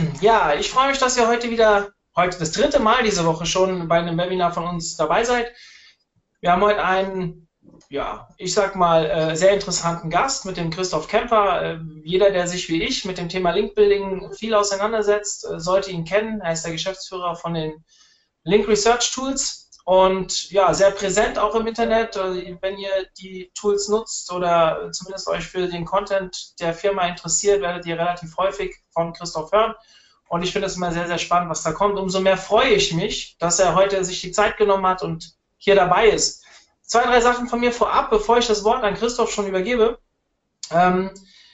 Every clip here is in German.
Ja, ich freue mich, dass ihr heute das dritte Mal diese Woche schon bei einem Webinar von uns dabei seid. Wir haben heute einen, ja, ich sag mal, sehr interessanten Gast mit dem Christoph Kemper. Jeder, der sich wie ich mit dem Thema Link-Building viel auseinandersetzt, sollte ihn kennen. Er ist der Geschäftsführer von den Link Research Tools und ja, sehr präsent auch im Internet. Wenn ihr die Tools nutzt oder zumindest euch für den Content der Firma interessiert, werdet ihr relativ häufig von Christoph hören. Und ich finde es immer sehr, sehr spannend, was da kommt. Umso mehr freue ich mich, dass er heute sich die Zeit genommen hat und hier dabei ist. Zwei, drei Sachen von mir vorab, bevor ich das Wort an Christoph schon übergebe. Ähm,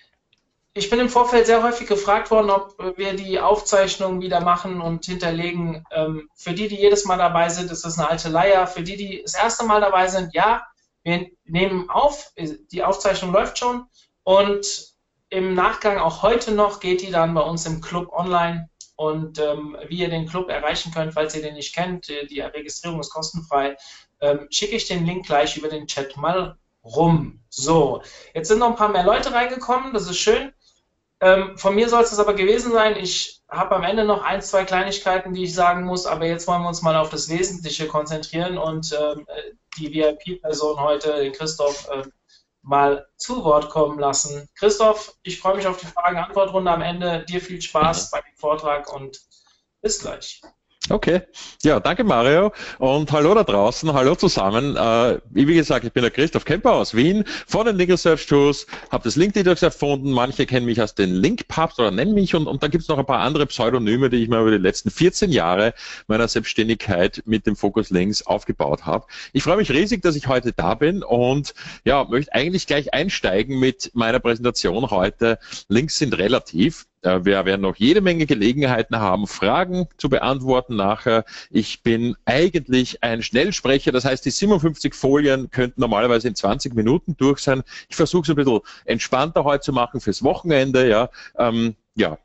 Ich bin im Vorfeld sehr häufig gefragt worden, ob wir die Aufzeichnungen wieder machen und hinterlegen. Für die, die jedes Mal dabei sind, ist das eine alte Leier. Für die, die das erste Mal dabei sind, ja, wir nehmen auf, die Aufzeichnung läuft schon und im Nachgang auch heute noch geht die dann bei uns im Club online. Und wie ihr den Club erreichen könnt, falls ihr den nicht kennt, die Registrierung ist kostenfrei, schicke ich den Link gleich über den Chat mal rum. So, jetzt sind noch ein paar mehr Leute reingekommen, das ist schön. Von mir soll es das aber gewesen sein. Ich habe am Ende noch ein, zwei Kleinigkeiten, die ich sagen muss, aber jetzt wollen wir uns mal auf das Wesentliche konzentrieren und die VIP-Person heute, den Christoph, mal zu Wort kommen lassen. Christoph, ich freue mich auf die Fragen-Antwort-Runde am Ende. Dir viel Spaß bei dem Vortrag und bis gleich. Okay, ja, danke Mario und hallo da draußen, hallo zusammen. Wie gesagt, ich bin der Christoph Kemper aus Wien von den Link Research Tools, habe das Link Detox erfunden, manche kennen mich als den Link-Papst oder nennen mich und dann gibt es noch ein paar andere Pseudonyme, die ich mir über die letzten 14 Jahre meiner Selbstständigkeit mit dem Fokus Links aufgebaut habe. Ich freue mich riesig, dass ich heute da bin und ja, möchte eigentlich gleich einsteigen mit meiner Präsentation heute. Links sind relativ. Wir werden noch jede Menge Gelegenheiten haben, Fragen zu beantworten nachher. Ich bin eigentlich ein Schnellsprecher, das heißt, die 57 Folien könnten normalerweise in 20 Minuten durch sein. Ich versuche es ein bisschen entspannter heute zu machen fürs Wochenende. Ja,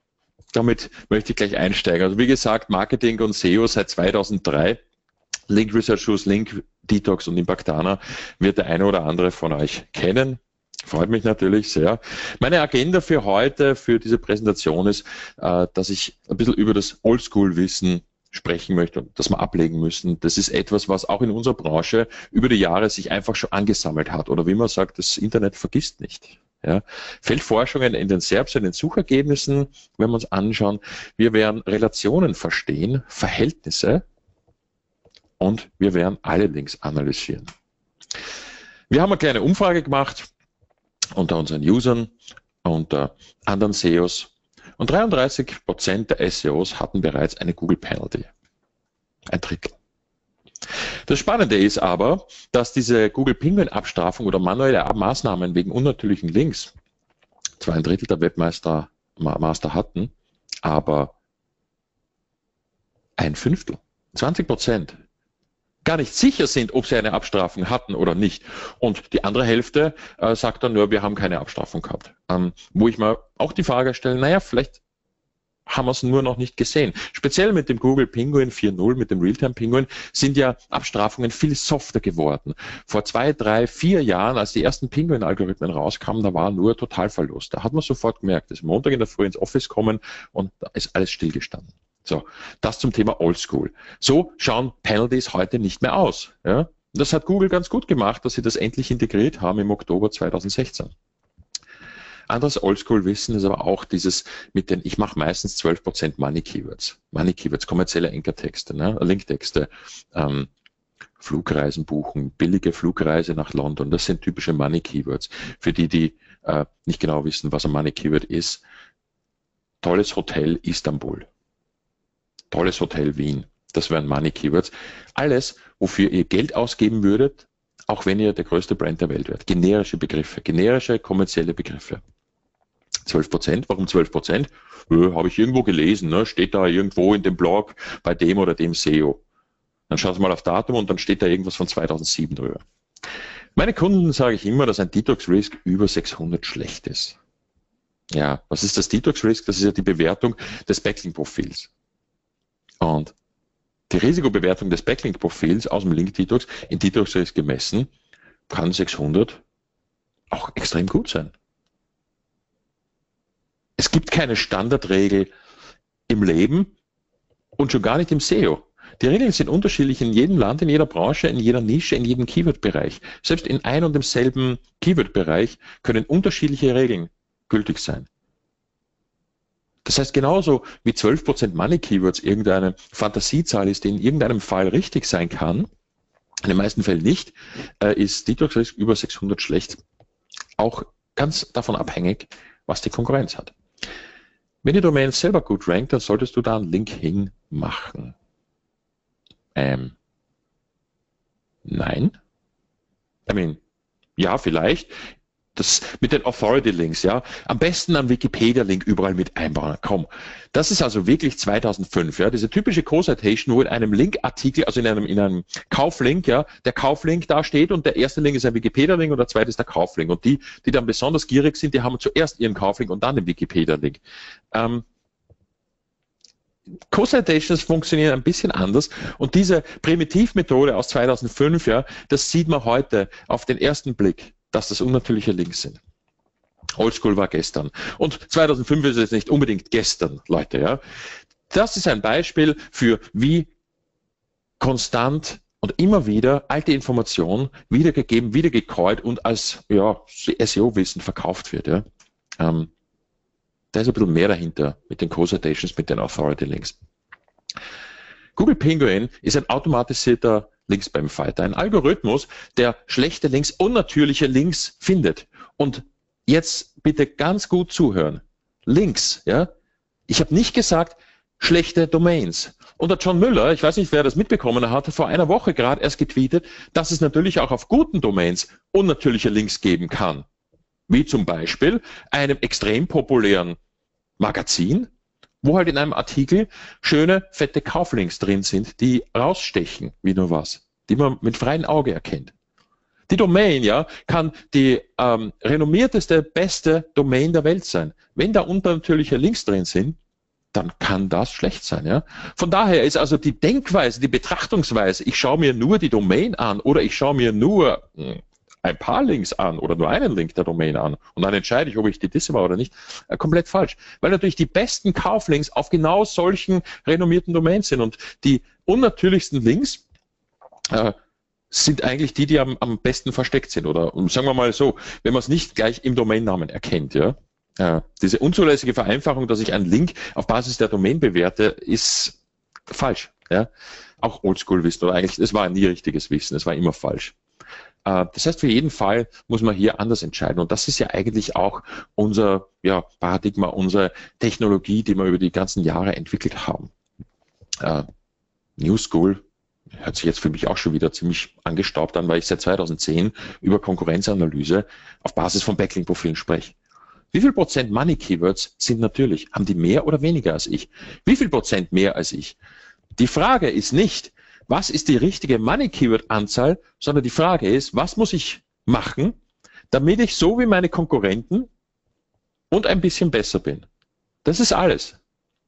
damit möchte ich gleich einsteigen. Also wie gesagt, Marketing und SEO seit 2003. Link Research Tools, Link Detox und Impactana wird der eine oder andere von euch kennen. Freut mich natürlich sehr. Meine Agenda für heute, für diese Präsentation ist, dass ich ein bisschen über das Oldschool-Wissen sprechen möchte und das wir ablegen müssen. Das ist etwas, was auch in unserer Branche über die Jahre sich einfach schon angesammelt hat. Oder wie man sagt, das Internet vergisst nicht. Ja. Feldforschungen in den SERPs, in den Suchergebnissen, wenn wir uns anschauen, wir werden Relationen verstehen, Verhältnisse und wir werden alle Links analysieren. Wir haben eine kleine Umfrage gemacht unter unseren Usern, unter anderen SEOs und 33% der SEOs hatten bereits eine Google Penalty. Ein Drittel. Das Spannende ist aber, dass diese Google Penguin Abstrafung oder manuelle Maßnahmen wegen unnatürlichen Links zwar ein Drittel der Webmaster hatten, aber ein Fünftel, 20%, gar nicht sicher sind, ob sie eine Abstrafung hatten oder nicht. Und die andere Hälfte sagt dann nur, wir haben keine Abstrafung gehabt. Wo ich mir auch die Frage stelle, naja, vielleicht haben wir es nur noch nicht gesehen. Speziell mit dem Google Penguin 4.0, mit dem Realtime Penguin, sind ja Abstrafungen viel softer geworden. Vor 2, 3, 4 Jahren, als die ersten Penguin-Algorithmen rauskamen, da war nur Totalverlust. Da hat man sofort gemerkt, dass Montag in der Früh ins Office kommen und da ist alles stillgestanden. So, das zum Thema Oldschool. So schauen Penalties heute nicht mehr aus. Ja? Das hat Google ganz gut gemacht, dass sie das endlich integriert haben im Oktober 2016. Anderes Oldschool-Wissen ist aber auch dieses mit den, ich mache meistens 12% Money-Keywords. Money-Keywords, kommerzielle Ankertexte, ne? Linktexte, Flugreisen buchen, billige Flugreise nach London, das sind typische Money-Keywords. Für die, die nicht genau wissen, was ein Money-Keyword ist, tolles Hotel Istanbul. Tolles Hotel Wien. Das wären Money Keywords. Alles, wofür ihr Geld ausgeben würdet, auch wenn ihr der größte Brand der Welt wärt. Generische Begriffe, generische kommerzielle Begriffe. 12%. Warum 12%? Habe ich irgendwo gelesen, ne? Steht da irgendwo in dem Blog bei dem oder dem SEO. Dann schaut mal auf Datum und dann steht da irgendwas von 2007 drüber. Meine Kunden sage ich immer, dass ein Detox-Risk über 600 schlecht ist. Ja, was ist das Detox-Risk? Das ist ja die Bewertung des Backlink-Profils. Und die Risikobewertung des Backlink-Profils aus dem Link-Detox in Detox-Risk gemessen kann 600 auch extrem gut sein. Es gibt keine Standardregel, im Leben und schon gar nicht im SEO. Die Regeln sind unterschiedlich in jedem Land, in jeder Branche, in jeder Nische, in jedem Keyword-Bereich. Selbst in ein und demselben Keyword-Bereich können unterschiedliche Regeln gültig sein. Das heißt, genauso wie 12% Money-Keywords irgendeine Fantasiezahl ist, die in irgendeinem Fall richtig sein kann, in den meisten Fällen nicht, ist Detox über 600 schlecht. Auch ganz davon abhängig, was die Konkurrenz hat. Wenn die Domain selber gut rankt, dann solltest du da einen Link hinmachen. Nein. Ja, vielleicht. Das mit den Authority-Links, ja. Am besten einen Wikipedia-Link überall mit einbauen. Komm. Das ist also wirklich 2005, ja. Diese typische Co-Citation, wo in einem Link-Artikel, also in einem Kauflink, ja, der Kauflink da steht und der erste Link ist ein Wikipedia-Link und der zweite ist der Kauflink. Und die dann besonders gierig sind, die haben zuerst ihren Kauflink und dann den Wikipedia-Link. Co-Citations funktionieren ein bisschen anders und diese Primitivmethode aus 2005, ja, das sieht man heute auf den ersten Blick, dass das unnatürliche Links sind. Oldschool war gestern. Und 2005 ist es nicht unbedingt gestern, Leute. Ja. Das ist ein Beispiel für, wie konstant und immer wieder alte Information wiedergegeben, wiedergecallt und als SEO-Wissen verkauft wird. Ja. Da ist ein bisschen mehr dahinter mit den Co-Citations, mit den Authority-Links. Google Penguin ist ein automatisierter Links-Spam-Fighter, ein Algorithmus, der schlechte Links, unnatürliche Links findet. Und jetzt bitte ganz gut zuhören. Links, ja. Ich habe nicht gesagt schlechte Domains. Und der John Müller, ich weiß nicht, wer das mitbekommen hat, hat vor einer Woche gerade erst getweetet, dass es natürlich auch auf guten Domains unnatürliche Links geben kann. Wie zum Beispiel einem extrem populären Magazin, wo halt in einem Artikel schöne, fette Kauflinks drin sind, die rausstechen, wie nur was, die man mit freiem Auge erkennt. Die Domain, ja, kann die renommierteste, beste Domain der Welt sein. Wenn da unnatürliche Links drin sind, dann kann das schlecht sein. Ja? Von daher ist also die Denkweise, die Betrachtungsweise, ich schaue mir nur die Domain an oder ich schaue mir nur ein paar Links an oder nur einen Link der Domain an und dann entscheide ich, ob ich die Disse war oder nicht, komplett falsch. Weil natürlich die besten Kauflinks auf genau solchen renommierten Domains sind und die unnatürlichsten Links sind eigentlich die am besten versteckt sind oder sagen wir mal so, wenn man es nicht gleich im Domainnamen erkennt. Ja? Diese unzulässige Vereinfachung, dass ich einen Link auf Basis der Domain bewerte, ist falsch. Ja? Auch Oldschool-Wissen oder eigentlich, es war nie richtiges Wissen, es war immer falsch. Das heißt, für jeden Fall muss man hier anders entscheiden. Und das ist ja eigentlich auch unser Paradigma, unsere Technologie, die wir über die ganzen Jahre entwickelt haben. New School hört sich jetzt für mich auch schon wieder ziemlich angestaubt an, weil ich seit 2010 über Konkurrenzanalyse auf Basis von Backlink-Profilen spreche. Wie viel Prozent Money-Keywords sind natürlich? Haben die mehr oder weniger als ich? Wie viel Prozent mehr als ich? Die Frage ist nicht, was ist die richtige Money-Keyword-Anzahl, sondern die Frage ist, was muss ich machen, damit ich so wie meine Konkurrenten und ein bisschen besser bin. Das ist alles.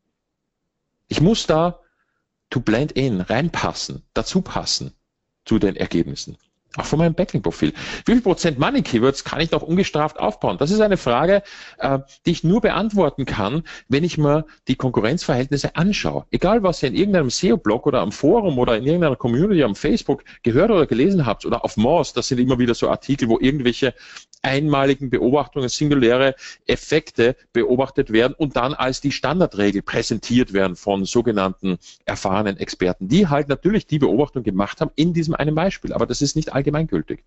Ich muss da to blend in, reinpassen, dazu passen zu den Ergebnissen. Auch von meinem Backlink-Profil. Wie viel Prozent Money-Keywords kann ich noch ungestraft aufbauen? Das ist eine Frage, die ich nur beantworten kann, wenn ich mir die Konkurrenzverhältnisse anschaue. Egal, was ihr in irgendeinem SEO-Blog oder am Forum oder in irgendeiner Community am Facebook gehört oder gelesen habt oder auf Moz, das sind immer wieder so Artikel, wo irgendwelche einmaligen Beobachtungen, singuläre Effekte beobachtet werden und dann als die Standardregel präsentiert werden von sogenannten erfahrenen Experten, die halt natürlich die Beobachtung gemacht haben in diesem einen Beispiel. Aber das ist nicht allgemeingültig.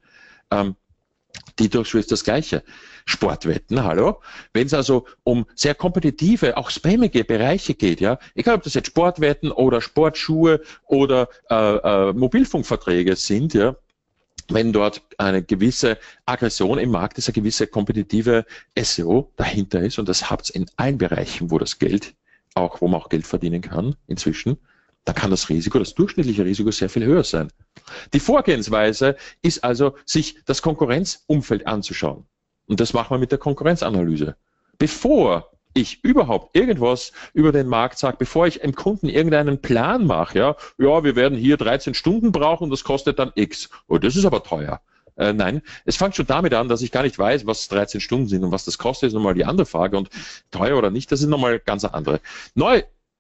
Detox ist das Gleiche. Sportwetten, hallo? Wenn es also um sehr kompetitive, auch spammige Bereiche geht, ja, egal ob das jetzt Sportwetten oder Sportschuhe oder Mobilfunkverträge sind, ja, wenn dort eine gewisse Aggression im Markt ist, eine gewisse kompetitive SEO dahinter ist, und das habt ihr in allen Bereichen, wo das Geld, wo man auch Geld verdienen kann inzwischen, da kann das Risiko, das durchschnittliche Risiko sehr viel höher sein. Die Vorgehensweise ist also, sich das Konkurrenzumfeld anzuschauen. Und das machen wir mit der Konkurrenzanalyse. Bevor ich überhaupt irgendwas über den Markt sage, bevor ich dem Kunden irgendeinen Plan mache, ja, wir werden hier 13 Stunden brauchen und das kostet dann X. Oh, das ist aber teuer. Nein, es fängt schon damit an, dass ich gar nicht weiß, was 13 Stunden sind und was das kostet, ist nochmal die andere Frage. Und teuer oder nicht, das ist nochmal ganz eine andere.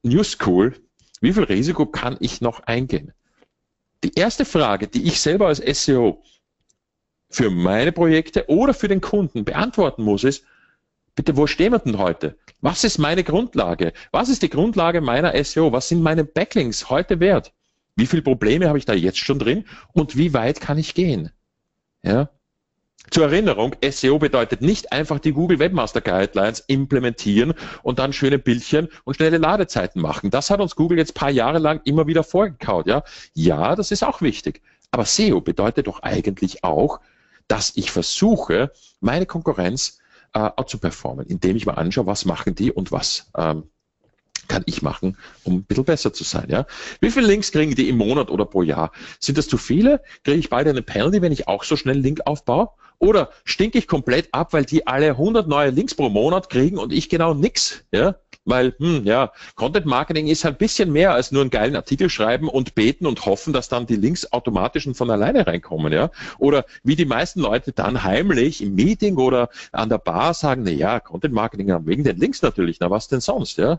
New School, wie viel Risiko kann ich noch eingehen? Die erste Frage, die ich selber als SEO für meine Projekte oder für den Kunden beantworten muss, ist, bitte, wo stehen wir denn heute? Was ist meine Grundlage? Was ist die Grundlage meiner SEO? Was sind meine Backlinks heute wert? Wie viele Probleme habe ich da jetzt schon drin und wie weit kann ich gehen? Ja? Zur Erinnerung, SEO bedeutet nicht einfach die Google Webmaster Guidelines implementieren und dann schöne Bildchen und schnelle Ladezeiten machen. Das hat uns Google jetzt ein paar Jahre lang immer wieder vorgekaut. Ja, das ist auch wichtig. Aber SEO bedeutet doch eigentlich auch, dass ich versuche, meine Konkurrenz zu performen, indem ich mal anschaue, was machen die und was kann ich machen, um ein bisschen besser zu sein. Ja? Wie viele Links kriegen die im Monat oder pro Jahr? Sind das zu viele? Kriege ich beide eine Penalty, wenn ich auch so schnell Link aufbaue? Oder stinke ich komplett ab, weil die alle 100 neue Links pro Monat kriegen und ich genau nix? Ja? Weil, Content Marketing ist halt ein bisschen mehr als nur einen geilen Artikel schreiben und beten und hoffen, dass dann die Links automatisch und von alleine reinkommen. Ja? Oder wie die meisten Leute dann heimlich im Meeting oder an der Bar sagen, naja, Content Marketing wegen den Links natürlich, na was denn sonst? Ja?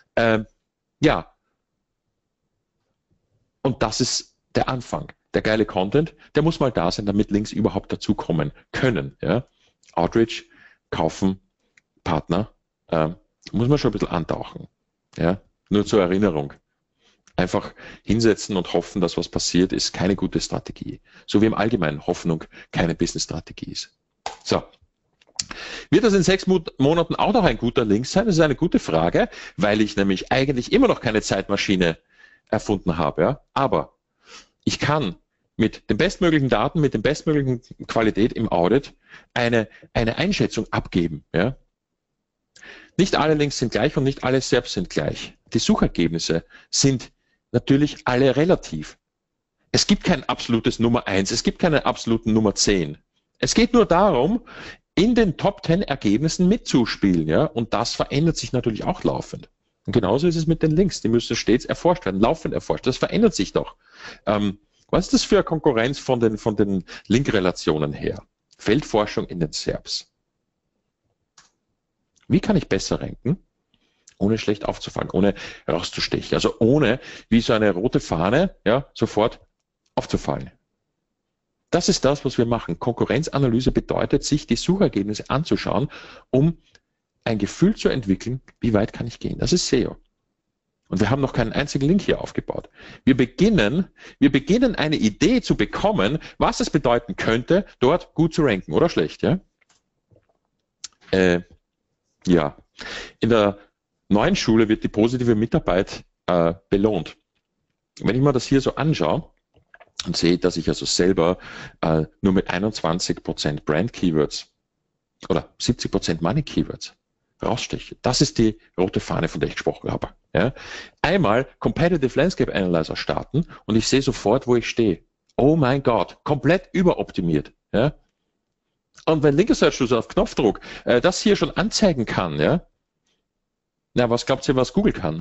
Und das ist der Anfang. Der geile Content, der muss mal da sein, damit Links überhaupt dazukommen können. Ja? Outreach, kaufen, Partner, muss man schon ein bisschen antauchen. Ja? Nur zur Erinnerung. Einfach hinsetzen und hoffen, dass was passiert, ist keine gute Strategie. So wie im Allgemeinen Hoffnung keine Business-Strategie ist. So. Wird das in 6 Monaten auch noch ein guter Link sein? Das ist eine gute Frage, weil ich nämlich eigentlich immer noch keine Zeitmaschine erfunden habe. Ja? Aber ich kann mit den bestmöglichen Daten, mit der bestmöglichen Qualität im Audit eine Einschätzung abgeben. Ja? Nicht alle Links sind gleich und nicht alle SERPs sind gleich. Die Suchergebnisse sind natürlich alle relativ. Es gibt kein absolutes Nummer 1, es gibt keinen absoluten Nummer 10. Es geht nur darum, in den Top 10 Ergebnissen mitzuspielen. Ja? Und das verändert sich natürlich auch laufend. Und genauso ist es mit den Links. Die müssen stets erforscht werden, laufend erforscht. Das verändert sich doch. Was ist das für eine Konkurrenz von den Linkrelationen her? Feldforschung in den SERPs. Wie kann ich besser ranken, ohne schlecht aufzufallen, ohne rauszustechen? Also ohne, wie so eine rote Fahne, ja, sofort aufzufallen. Das ist das, was wir machen. Konkurrenzanalyse bedeutet, sich die Suchergebnisse anzuschauen, um ein Gefühl zu entwickeln, wie weit kann ich gehen. Das ist SEO. Und wir haben noch keinen einzigen Link hier aufgebaut. Wir beginnen eine Idee zu bekommen, was es bedeuten könnte, dort gut zu ranken oder schlecht. Ja? In der neuen Schule wird die positive Mitarbeit belohnt. Wenn ich mir das hier so anschaue, und sehe, dass ich also selber nur mit 21% Brand Keywords oder 70% Money Keywords raussteche. Das ist die rote Fahne, von der ich gesprochen habe. Ja? Einmal Competitive Landscape Analyzer starten und ich sehe sofort, wo ich stehe. Oh mein Gott, komplett überoptimiert. Ja? Und wenn Linker Search User auf Knopfdruck das hier schon anzeigen kann, ja? Na, was glaubt ihr, was Google kann?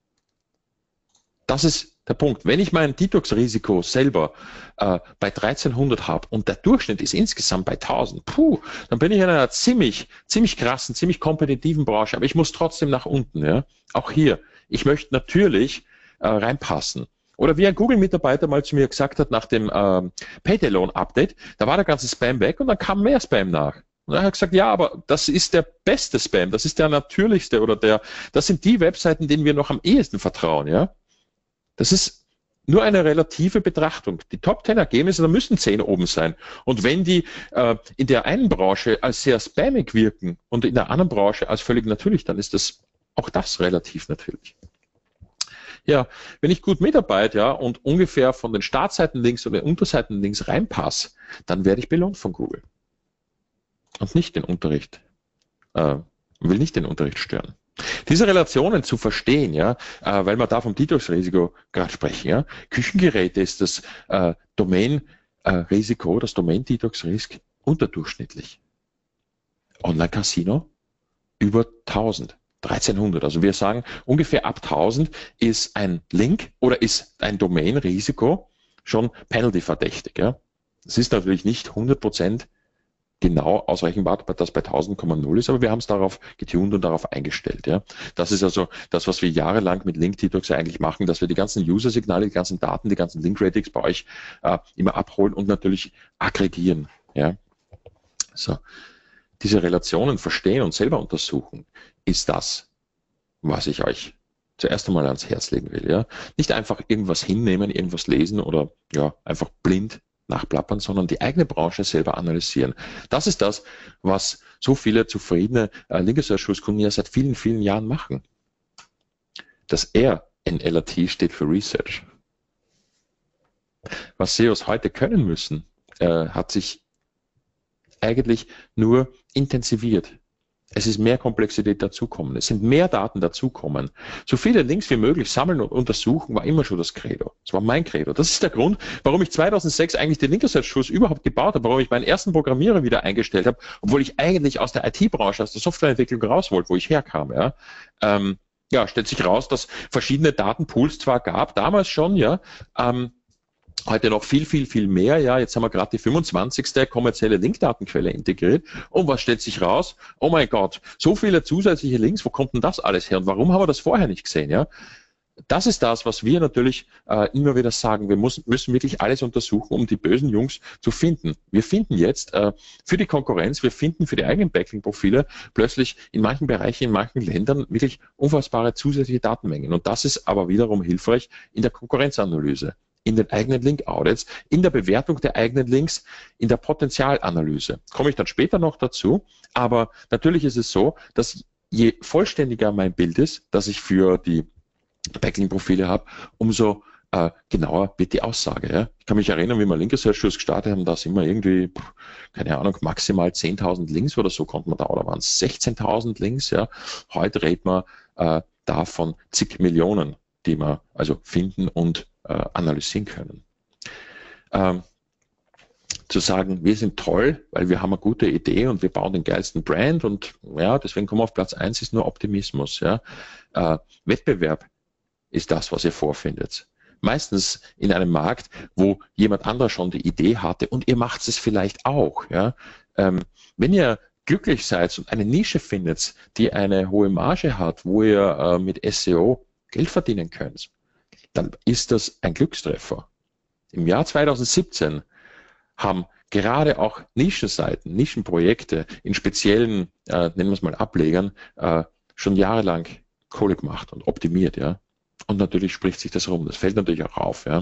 Das ist der Punkt. Wenn ich mein Detox-Risiko selber bei 1300 habe und der Durchschnitt ist insgesamt bei 1000, dann bin ich in einer ziemlich krassen, ziemlich kompetitiven Branche, aber ich muss trotzdem nach unten. Ja? Auch hier, ich möchte natürlich reinpassen. Oder wie ein Google-Mitarbeiter mal zu mir gesagt hat nach dem Payday-Loan-Update, da war der ganze Spam weg und dann kam mehr Spam nach. Und er hat gesagt, ja, aber das ist der beste Spam, das ist der natürlichste oder das sind die Webseiten, denen wir noch am ehesten vertrauen. Ja? Das ist nur eine relative Betrachtung. Die Top 10 Ergebnisse, da müssen 10 oben sein. Und wenn die in der einen Branche als sehr spammig wirken und in der anderen Branche als völlig natürlich, dann ist das auch das relativ natürlich. Ja, wenn ich gut mitarbeite, ja, und ungefähr von den Startseitenlinks oder den Unterseitenlinks reinpasse, dann werde ich belohnt von Google. Und nicht den Unterricht, will nicht den Unterricht stören. Diese Relationen zu verstehen, ja, weil wir da vom Detox-Risiko gerade sprechen, ja, Küchengeräte ist das Domain-Risiko, das Domain-Detox-Risk unterdurchschnittlich. Online-Casino über 1000, 1300. Also wir sagen, ungefähr ab 1000 ist ein Link oder ist ein Domain-Risiko schon Penalty-verdächtig. Ja. Das ist natürlich nicht 100% genau ausrechenbar, dass bei 1000,0 ist, aber wir haben es darauf getuned und darauf eingestellt. Ja. Das ist also das, was wir jahrelang mit Link-Detox eigentlich machen, dass wir die ganzen User-Signale, die ganzen Daten, die ganzen Link-Ratings bei euch immer abholen und natürlich aggregieren. Ja. So. Diese Relationen verstehen und selber untersuchen, ist das, was ich euch zuerst einmal ans Herz legen will. Ja. Nicht einfach irgendwas hinnehmen, irgendwas lesen oder ja, einfach blind nachplappern, sondern die eigene Branche selber analysieren. Das ist das, was so viele zufriedene Link-Research-Kunden ja seit vielen, vielen Jahren machen. Das R in LRT steht für Research. Was SEOs heute können müssen, hat sich eigentlich nur intensiviert. Es ist mehr Komplexität dazukommen. Es sind mehr Daten dazukommen. So viele Links wie möglich sammeln und untersuchen war immer schon das Credo. Das war mein Credo. Das ist der Grund, warum ich 2006 eigentlich den Link Research Tools überhaupt gebaut habe, warum ich meinen ersten Programmierer wieder eingestellt habe, obwohl ich eigentlich aus der IT-Branche, aus der Softwareentwicklung raus wollte, wo ich herkam. Ja, stellt sich raus, dass verschiedene Datenpools zwar gab, damals schon, ja, heute noch viel, viel, viel mehr. Ja, jetzt haben wir gerade die 25. kommerzielle Linkdatenquelle integriert. Und was stellt sich raus? Oh mein Gott, so viele zusätzliche Links, wo kommt denn das alles her? Und warum haben wir das vorher nicht gesehen? Ja, das ist das, was wir natürlich immer wieder sagen. Wir müssen wirklich alles untersuchen, um die bösen Jungs zu finden. Wir finden jetzt für die Konkurrenz, wir finden für die eigenen Backlink-Profile plötzlich in manchen Bereichen, in manchen Ländern wirklich unfassbare zusätzliche Datenmengen. Und das ist aber wiederum hilfreich in der Konkurrenzanalyse, in den eigenen Link-Audits, in der Bewertung der eigenen Links, in der Potenzialanalyse. Komme ich dann später noch dazu, aber natürlich ist es so, dass je vollständiger mein Bild ist, das ich für die Backlink-Profile habe, umso genauer wird die Aussage. Ja? Ich kann mich erinnern, wie wir Link Research Tools gestartet haben, da sind wir irgendwie, keine Ahnung, maximal 10.000 Links oder so konnten wir da, oder waren es 16.000 Links. Ja? Heute reden wir da von zig Millionen, die wir also finden und analysieren können. Zu sagen, wir sind toll, weil wir haben eine gute Idee und wir bauen den geilsten Brand und ja, deswegen kommen wir auf Platz 1, ist nur Optimismus. Ja. Wettbewerb ist das, was ihr vorfindet. Meistens in einem Markt, wo jemand anderer schon die Idee hatte und ihr macht es vielleicht auch. Ja. Wenn ihr glücklich seid und eine Nische findet, die eine hohe Marge hat, wo ihr mit SEO Geld verdienen könnt, dann ist das ein Glückstreffer. Im Jahr 2017 haben gerade auch Nischenseiten, Nischenprojekte in speziellen, nennen wir es mal Ablegern, schon jahrelang Kohle gemacht und optimiert. Ja. Und natürlich spricht sich das rum. Das fällt natürlich auch auf. Ja.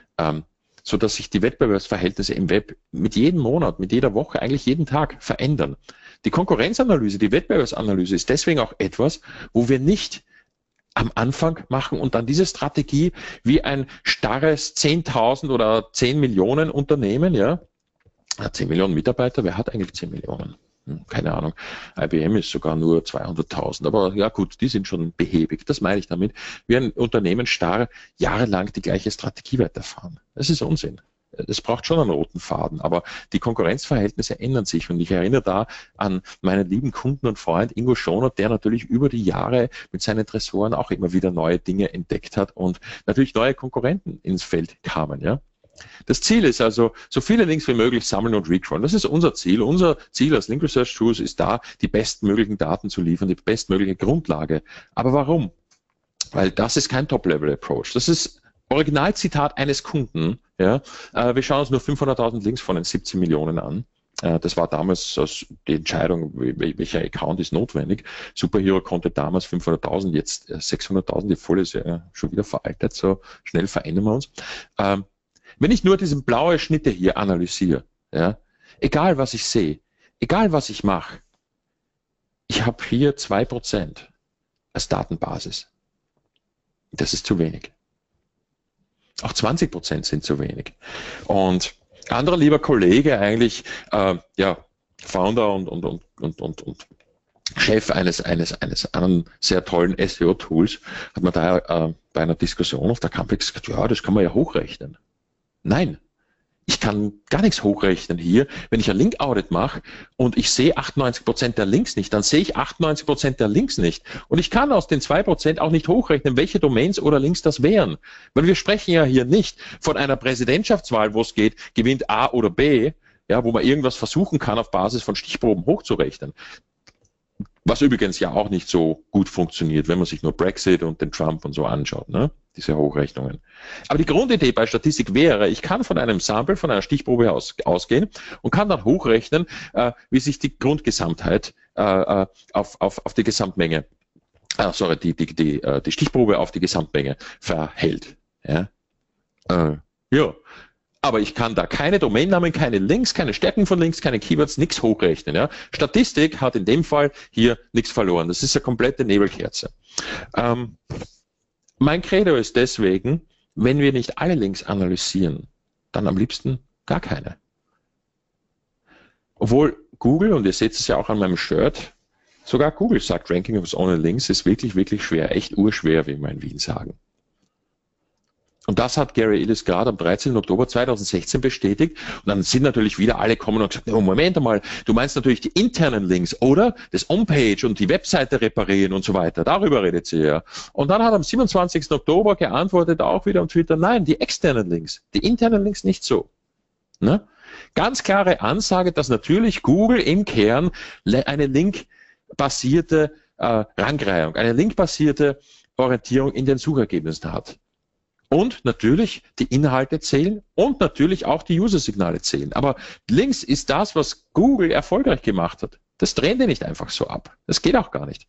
So dass sich die Wettbewerbsverhältnisse im Web mit jedem Monat, mit jeder Woche, eigentlich jeden Tag verändern. Die Konkurrenzanalyse, die Wettbewerbsanalyse ist deswegen auch etwas, wo wir nicht am Anfang machen und dann diese Strategie wie ein starres 10.000 oder 10 Millionen Unternehmen, ja, 10 Millionen Mitarbeiter, wer hat eigentlich 10 Millionen? Keine Ahnung. IBM ist sogar nur 200.000, aber ja gut, die sind schon behäbig. Das meine ich damit. Wie ein Unternehmen starr jahrelang die gleiche Strategie weiterfahren. Das ist Unsinn. Das braucht schon einen roten Faden, aber die Konkurrenzverhältnisse ändern sich und ich erinnere da an meinen lieben Kunden und Freund Ingo Schonert, der natürlich über die Jahre mit seinen Tresoren auch immer wieder neue Dinge entdeckt hat und natürlich neue Konkurrenten ins Feld kamen. Ja? Das Ziel ist also, so viele Links wie möglich sammeln und recrawlen. Das ist unser Ziel. Unser Ziel als Link Research Tools ist da, die bestmöglichen Daten zu liefern, die bestmögliche Grundlage. Aber warum? Weil das ist kein Top-Level-Approach. Das ist Originalzitat eines Kunden. Ja, wir schauen uns nur 500.000 Links von den 17 Millionen an. Das war damals die Entscheidung, welcher Account ist notwendig. Superhero konnte damals 500.000, jetzt 600.000. Die Folie ist ja schon wieder veraltet, so schnell verändern wir uns. Wenn ich nur diesen blaue Schnitte hier analysiere, ja, egal was ich sehe, egal was ich mache, ich habe hier 2% als Datenbasis. Das ist zu wenig. Auch 20% sind zu wenig. Und anderer lieber Kollege, eigentlich Founder und Chef eines anderen sehr tollen SEO-Tools, hat man da bei einer Diskussion auf der Campix gesagt, ja, das kann man ja hochrechnen. Nein, ich kann gar nichts hochrechnen hier. Wenn ich ein Link-Audit mache und ich sehe 98% der Links nicht, dann sehe ich 98% der Links nicht. Und ich kann aus den 2% auch nicht hochrechnen, welche Domains oder Links das wären. Weil wir sprechen ja hier nicht von einer Präsidentschaftswahl, wo es geht, gewinnt A oder B, ja, wo man irgendwas versuchen kann, auf Basis von Stichproben hochzurechnen. Was übrigens ja auch nicht so gut funktioniert, wenn man sich nur Brexit und den Trump und so anschaut, ne? Diese Hochrechnungen. Aber die Grundidee bei Statistik wäre, ich kann von einem Sample, von einer Stichprobe ausgehen und kann dann hochrechnen, wie sich die Grundgesamtheit auf die Gesamtmenge, die Stichprobe auf die Gesamtmenge verhält. Ja. Ja. Aber ich kann da keine Domainnamen, keine Links, keine Stärken von Links, keine Keywords, nichts hochrechnen. Ja. Statistik hat in dem Fall hier nichts verloren. Das ist eine komplette Nebelkerze. Mein Credo ist deswegen, wenn wir nicht alle Links analysieren, dann am liebsten gar keine. Obwohl Google, und ihr seht es ja auch an meinem Shirt, sogar Google sagt, Ranking of ohne Links ist wirklich, wirklich schwer, echt urschwer, wie wir in Wien sagen. Und das hat Gary Illyes gerade am 13. Oktober 2016 bestätigt. Und dann sind natürlich wieder alle gekommen und gesagt, oh, Moment einmal, du meinst natürlich die internen Links, oder? Das On-Page und die Webseite reparieren und so weiter. Darüber redet sie ja. Und dann hat am 27. Oktober geantwortet, auch wieder auf Twitter, nein, die externen Links, die internen Links nicht so. Ne? Ganz klare Ansage, dass natürlich Google im Kern eine linkbasierte Rangreihung, eine linkbasierte Orientierung in den Suchergebnissen hat. Und natürlich die Inhalte zählen und natürlich auch die User-Signale zählen. Aber Links ist das, was Google erfolgreich gemacht hat. Das drehen die nicht einfach so ab. Das geht auch gar nicht.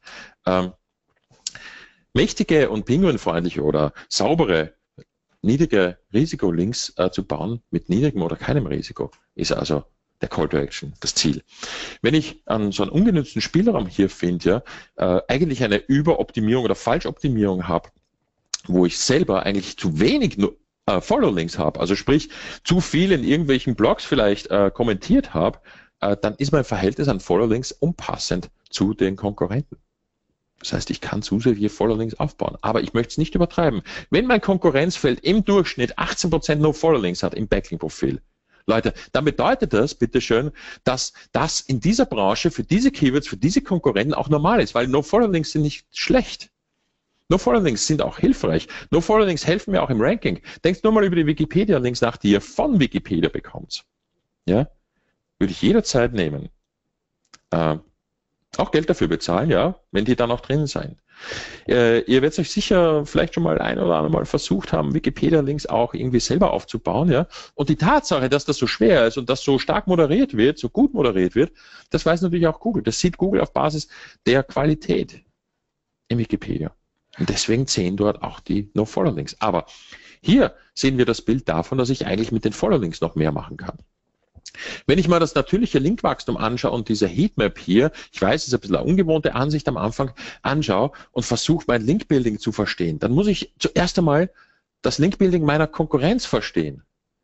Mächtige und pinguinfreundliche oder saubere, niedrige Risikolinks zu bauen mit niedrigem oder keinem Risiko ist also der Call to Action, das Ziel. Wenn ich an so einen ungenutzten Spielraum hier finde, ja, eigentlich eine Überoptimierung oder Falschoptimierung habe, wo ich selber eigentlich zu wenig Follow-Links habe, also sprich zu viel in irgendwelchen Blogs vielleicht kommentiert habe, dann ist mein Verhältnis an Follow-Links unpassend zu den Konkurrenten. Das heißt, ich kann zusätzliche Follow-Links aufbauen, aber ich möchte es nicht übertreiben. Wenn mein Konkurrenzfeld im Durchschnitt 18% No-Follow-Links hat im Backlink-Profil, Leute, dann bedeutet das, bitteschön, dass das in dieser Branche für diese Keywords, für diese Konkurrenten auch normal ist, weil No-Follow-Links sind nicht schlecht. No-Follow-Links sind auch hilfreich. No-Follow-Links helfen mir auch im Ranking. Denkt nur mal über die Wikipedia-Links nach, die ihr von Wikipedia bekommt. Ja? Würde ich jederzeit nehmen. Auch Geld dafür bezahlen, ja, wenn die dann auch drin sein. Ihr werdet euch sicher vielleicht schon mal ein oder andere Mal versucht haben, Wikipedia-Links auch irgendwie selber aufzubauen, ja. Und die Tatsache, dass das so schwer ist und das so stark moderiert wird, so gut moderiert wird, das weiß natürlich auch Google. Das sieht Google auf Basis der Qualität in Wikipedia. Und deswegen zählen dort auch die No-Follow-Links. Aber hier sehen wir das Bild davon, dass ich eigentlich mit den Follow-Links noch mehr machen kann. Wenn ich mal das natürliche Linkwachstum anschaue und diese Heatmap hier, ich weiß, es ist ein bisschen eine ungewohnte Ansicht am Anfang, anschaue und versuche mein Linkbuilding zu verstehen, dann muss ich zuerst einmal das Linkbuilding meiner Konkurrenz verstehen.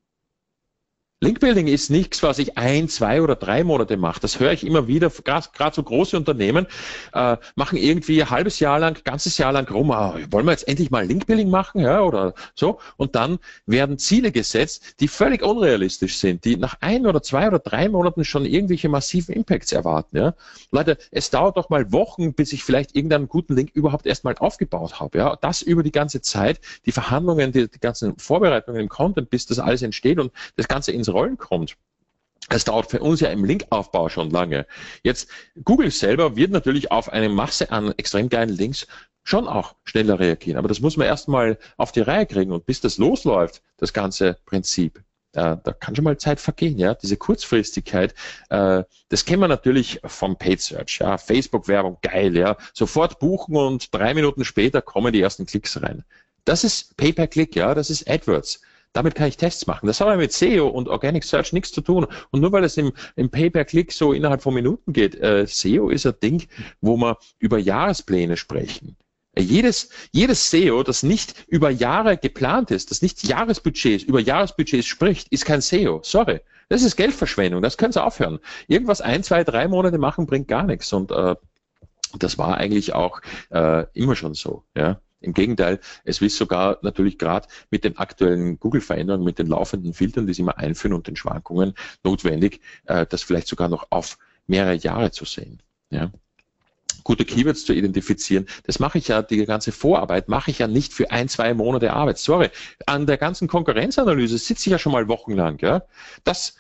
Linkbuilding ist nichts, was ich 1, 2 oder 3 Monate mache. Das höre ich immer wieder. Gerade so große Unternehmen machen irgendwie ein halbes Jahr lang, ganzes Jahr lang rum. Wollen wir jetzt endlich mal Linkbuilding machen, ja, oder so? Und dann werden Ziele gesetzt, die völlig unrealistisch sind, die nach 1 oder 2 oder 3 Monaten schon irgendwelche massiven Impacts erwarten. Ja? Leute, es dauert doch mal Wochen, bis ich vielleicht irgendeinen guten Link überhaupt erstmal aufgebaut habe. Ja? Das über die ganze Zeit, die Verhandlungen, die ganzen Vorbereitungen im Content, bis das alles entsteht und das Ganze ins Rollen kommt. Es dauert für uns ja im Linkaufbau schon lange. Jetzt, Google selber wird natürlich auf eine Masse an extrem geilen Links schon auch schneller reagieren. Aber das muss man erstmal auf die Reihe kriegen. Und bis das losläuft, das ganze Prinzip, da kann schon mal Zeit vergehen. Ja, diese Kurzfristigkeit, das kennen wir natürlich vom Paid Search. Ja, Facebook-Werbung, geil. Ja, sofort buchen und 3 Minuten später kommen die ersten Klicks rein. Das ist Pay-per-Click, ja, das ist AdWords. Damit kann ich Tests machen. Das hat aber mit SEO und Organic Search nichts zu tun. Und nur weil es im Pay-per-Click so innerhalb von Minuten geht, SEO ist ein Ding, wo wir über Jahrespläne sprechen. Jedes SEO, das nicht über Jahre geplant ist, das nicht über Jahresbudgets spricht, ist kein SEO. Sorry. Das ist Geldverschwendung. Das können Sie aufhören. Irgendwas 1, 2, 3 Monate machen bringt gar nichts. Und das war eigentlich auch immer schon so. Ja. Im Gegenteil, es ist sogar natürlich gerade mit den aktuellen Google-Veränderungen, mit den laufenden Filtern, die sie immer einführen und den Schwankungen notwendig, das vielleicht sogar noch auf mehrere Jahre zu sehen. Ja. Gute Keywords zu identifizieren, das mache ich ja, die ganze Vorarbeit mache ich ja nicht für 1, 2 Monate Arbeit. Sorry, an der ganzen Konkurrenzanalyse sitze ich ja schon mal wochenlang. Ja. Das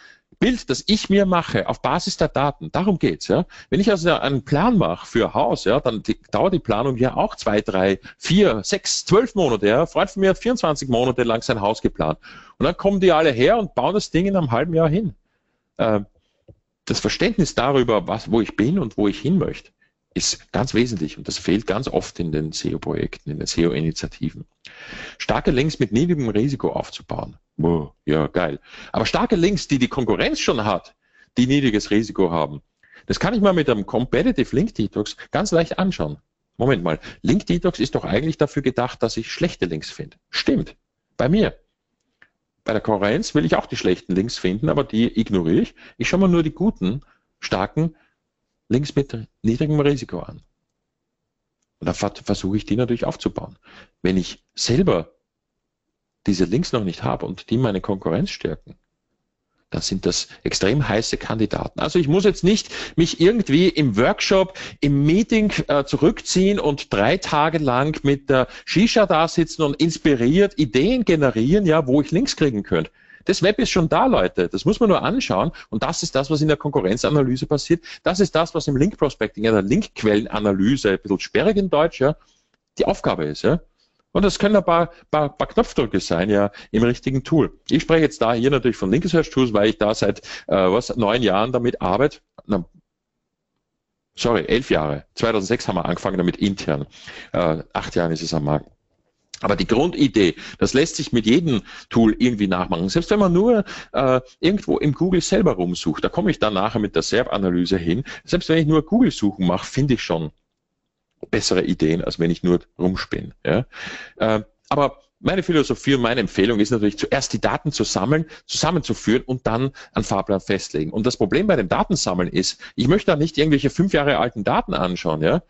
Bild, das ich mir mache, auf Basis der Daten, darum geht's, ja. Wenn ich also einen Plan mache für ein Haus, ja, dann dauert die Planung ja auch 2, 3, 4, 6, 12 Monate, ja. Ein Freund von mir hat 24 Monate lang sein Haus geplant. Und dann kommen die alle her und bauen das Ding in einem halben Jahr hin. Das Verständnis darüber, wo ich bin und wo ich hin möchte, ist ganz wesentlich und das fehlt ganz oft in den SEO-Projekten, in den SEO-Initiativen. Starke Links mit niedrigem Risiko aufzubauen. Wow, ja, geil. Aber starke Links, die die Konkurrenz schon hat, die niedriges Risiko haben, das kann ich mal mit einem Competitive Link Detox ganz leicht anschauen. Moment mal, Link Detox ist doch eigentlich dafür gedacht, dass ich schlechte Links finde. Stimmt, bei mir. Bei der Konkurrenz will ich auch die schlechten Links finden, aber die ignoriere ich. Ich schaue mir nur die guten, starken Links mit niedrigem Risiko an. Und dann versuche ich die natürlich aufzubauen. Wenn ich selber diese Links noch nicht habe und die meine Konkurrenz stärken, dann sind das extrem heiße Kandidaten. Also ich muss jetzt nicht mich irgendwie im Workshop, im Meeting zurückziehen und 3 Tage lang mit der Shisha da sitzen und inspiriert Ideen generieren, ja, wo ich Links kriegen könnte. Das Web ist schon da, Leute. Das muss man nur anschauen. Und das ist das, was in der Konkurrenzanalyse passiert. Das ist das, was im Link-Prospecting, in der Linkquellenanalyse, ein bisschen sperrig in Deutsch, ja, die Aufgabe ist. Ja. Und das können ein paar Knopfdrücke sein, ja, im richtigen Tool. Ich spreche jetzt da hier natürlich von Link Research Tools, weil ich da seit 9 Jahren damit arbeite. 11 Jahre. 2006 haben wir angefangen damit intern. 8 Jahren ist es am Markt. Aber die Grundidee, das lässt sich mit jedem Tool irgendwie nachmachen. Selbst wenn man nur irgendwo im Google selber rumsucht, da komme ich dann nachher mit der SERP-Analyse hin. Selbst wenn ich nur Google-Suchen mache, finde ich schon bessere Ideen, als wenn ich nur rumspinne. Ja? Aber meine Philosophie und meine Empfehlung ist natürlich zuerst die Daten zu sammeln, zusammenzuführen und dann einen Fahrplan festlegen. Und das Problem bei dem Datensammeln ist, ich möchte da nicht irgendwelche 5 Jahre alten Daten anschauen. Ja?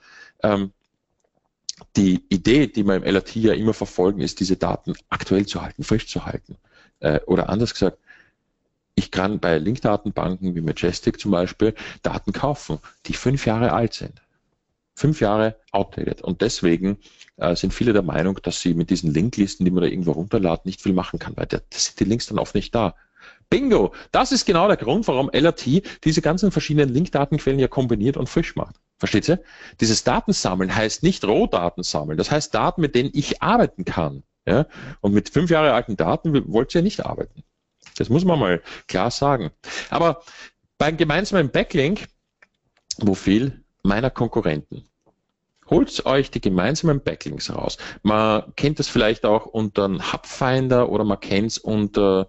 Die Idee, die wir im LRT ja immer verfolgen, ist, diese Daten aktuell zu halten, frisch zu halten. Oder anders gesagt, ich kann bei Linkdatenbanken wie Majestic zum Beispiel Daten kaufen, die 5 Jahre alt sind. 5 Jahre outdated. Und deswegen sind viele der Meinung, dass sie mit diesen Linklisten, die man da irgendwo runterladen, nicht viel machen kann, weil das sind die Links dann oft nicht da. Bingo! Das ist genau der Grund, warum LRT diese ganzen verschiedenen Linkdatenquellen ja kombiniert und frisch macht. Versteht ihr? Dieses Datensammeln heißt nicht Rohdaten sammeln. Das heißt Daten, mit denen ich arbeiten kann. Ja? Und mit 5 Jahre alten Daten wollt ihr nicht arbeiten. Das muss man mal klar sagen. Aber beim gemeinsamen Backlink, wo viel meiner Konkurrenten, holt euch die gemeinsamen Backlinks raus. Man kennt das vielleicht auch unter Hubfinder oder man kennt es unter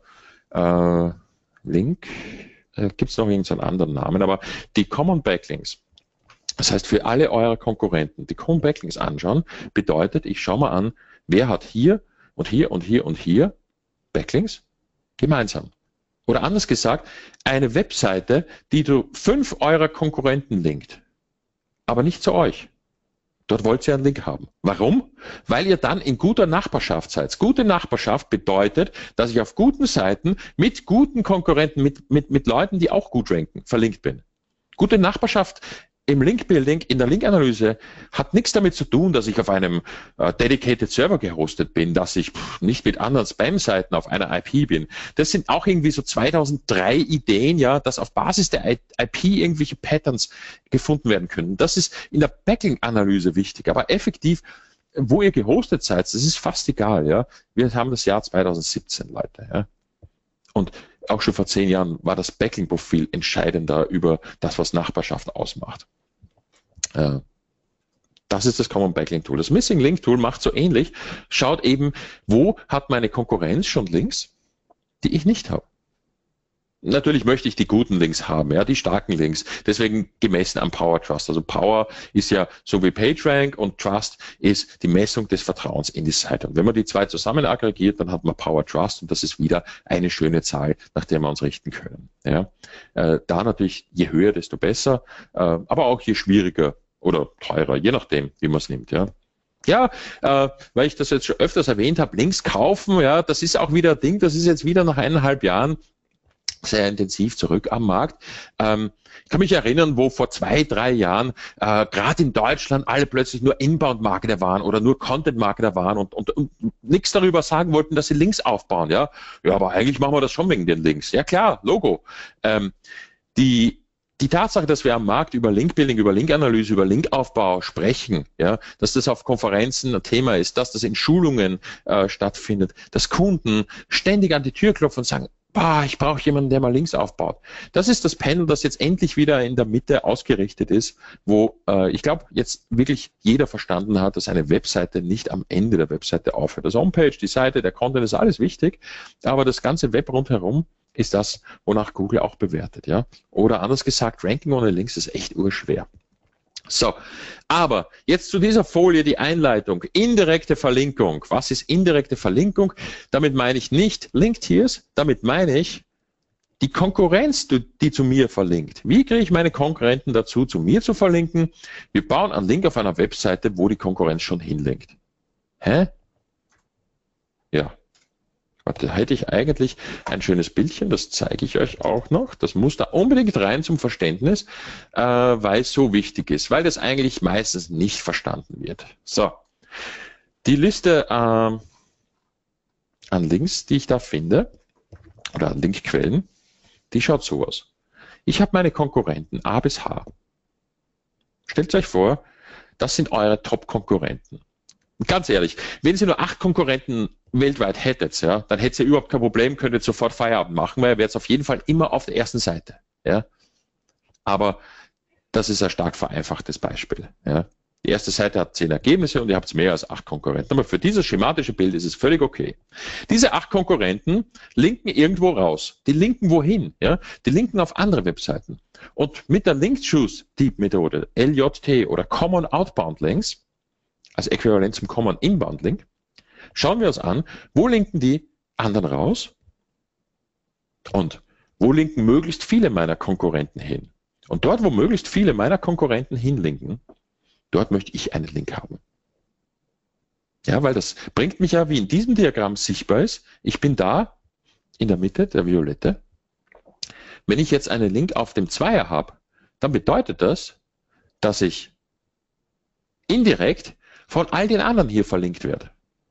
Link, gibt es noch irgendeinen anderen Namen, aber die Common Backlinks, das heißt für alle eure Konkurrenten, die Common Backlinks anschauen, bedeutet, ich schaue mal an, wer hat hier und hier und hier und hier Backlinks gemeinsam. Oder anders gesagt, eine Webseite, die zu 5 eurer Konkurrenten linkt, aber nicht zu euch. Dort wollt ihr einen Link haben. Warum? Weil ihr dann in guter Nachbarschaft seid. Gute Nachbarschaft bedeutet, dass ich auf guten Seiten mit guten Konkurrenten, mit Leuten, die auch gut ranken, verlinkt bin. Gute Nachbarschaft im Link-Building, in der Link-Analyse hat nichts damit zu tun, dass ich auf einem dedicated Server gehostet bin, dass ich nicht mit anderen Spam-Seiten auf einer IP bin. Das sind auch irgendwie so 2003 Ideen, ja, dass auf Basis der IP irgendwelche Patterns gefunden werden können. Das ist in der Backlink-Analyse wichtig, aber effektiv, wo ihr gehostet seid, das ist fast egal, ja. Wir haben das Jahr 2017, Leute, ja. Und auch schon vor 10 Jahren war das Backlink-Profil entscheidender über das, was Nachbarschaft ausmacht. Das ist das Common Backlink Tool. Das Missing Link Tool macht so ähnlich. Schaut eben, wo hat meine Konkurrenz schon Links, die ich nicht habe. Natürlich möchte ich die guten Links haben, ja, die starken Links. Deswegen gemessen am Power Trust. Also Power ist ja so wie PageRank und Trust ist die Messung des Vertrauens in die Seite. Und wenn man die zwei zusammen aggregiert, dann hat man Power Trust und das ist wieder eine schöne Zahl, nach der wir uns richten können. Ja. Da natürlich je höher, desto besser, aber auch je schwieriger oder teurer, je nachdem, wie man es nimmt. Ja. Ja, weil ich das jetzt schon öfters erwähnt habe, Links kaufen, ja, das ist auch wieder ein Ding, das ist jetzt wieder nach 1,5 Jahren. sehr intensiv zurück am Markt. Ich kann mich erinnern, wo vor 2, 3 Jahren gerade in Deutschland alle plötzlich nur Inbound-Marketer waren oder nur Content-Marketer waren und nichts darüber sagen wollten, dass sie Links aufbauen. Ja, aber eigentlich machen wir das schon wegen den Links. Ja klar, Logo. Die Tatsache, dass wir am Markt über Linkbuilding, über Linkanalyse, über Linkaufbau sprechen, ja, dass das auf Konferenzen ein Thema ist, dass das in Schulungen stattfindet, dass Kunden ständig an die Tür klopfen und sagen, ich brauche jemanden, der mal Links aufbaut. Das ist das Panel, das jetzt endlich wieder in der Mitte ausgerichtet ist, wo ich glaube, jetzt wirklich jeder verstanden hat, dass eine Webseite nicht am Ende der Webseite aufhört. Das Homepage, die Seite, der Content ist alles wichtig, aber das ganze Web rundherum ist das, wonach Google auch bewertet. Ja? Oder anders gesagt, Ranking ohne Links ist echt urschwer. So, aber jetzt zu dieser Folie die Einleitung. Indirekte Verlinkung. Was ist indirekte Verlinkung? Damit meine ich nicht Linktiers, damit meine ich die Konkurrenz, die zu mir verlinkt. Wie kriege ich meine Konkurrenten dazu, zu mir zu verlinken? Wir bauen einen Link auf einer Webseite, wo die Konkurrenz schon hinlinkt. Hä? Ja. Warte, da hätte ich eigentlich ein schönes Bildchen, das zeige ich euch auch noch. Das muss da unbedingt rein zum Verständnis, weil es so wichtig ist, weil das eigentlich meistens nicht verstanden wird. So, die Liste an Links, die ich da finde, oder an Linkquellen, die schaut so aus. Ich habe meine Konkurrenten A bis H. Stellt euch vor, das sind eure Top-Konkurrenten. Ganz ehrlich, wenn Sie nur 8 Konkurrenten weltweit hättet, ja, dann hättet ihr überhaupt kein Problem, könntet sofort Feierabend machen, weil ihr wärt auf jeden Fall immer auf der ersten Seite. Ja. Aber das ist ein stark vereinfachtes Beispiel. Ja. Die erste Seite hat 10 Ergebnisse und ihr habt mehr als 8 Konkurrenten. Aber für dieses schematische Bild ist es völlig okay. Diese 8 Konkurrenten linken irgendwo raus. Die linken wohin? Ja? Die linken auf andere Webseiten. Und mit der Link-Choose-Deep-Methode, LJT oder Common Outbound Links, als Äquivalent zum Common Inbound Link, schauen wir uns an, wo linken die anderen raus und wo linken möglichst viele meiner Konkurrenten hin. Und dort, wo möglichst viele meiner Konkurrenten hinlinken, dort möchte ich einen Link haben. Ja, weil das bringt mich ja, wie in diesem Diagramm sichtbar ist, ich bin da in der Mitte, der Violette. Wenn ich jetzt einen Link auf dem Zweier habe, dann bedeutet das, dass ich indirekt von all den anderen hier verlinkt werde.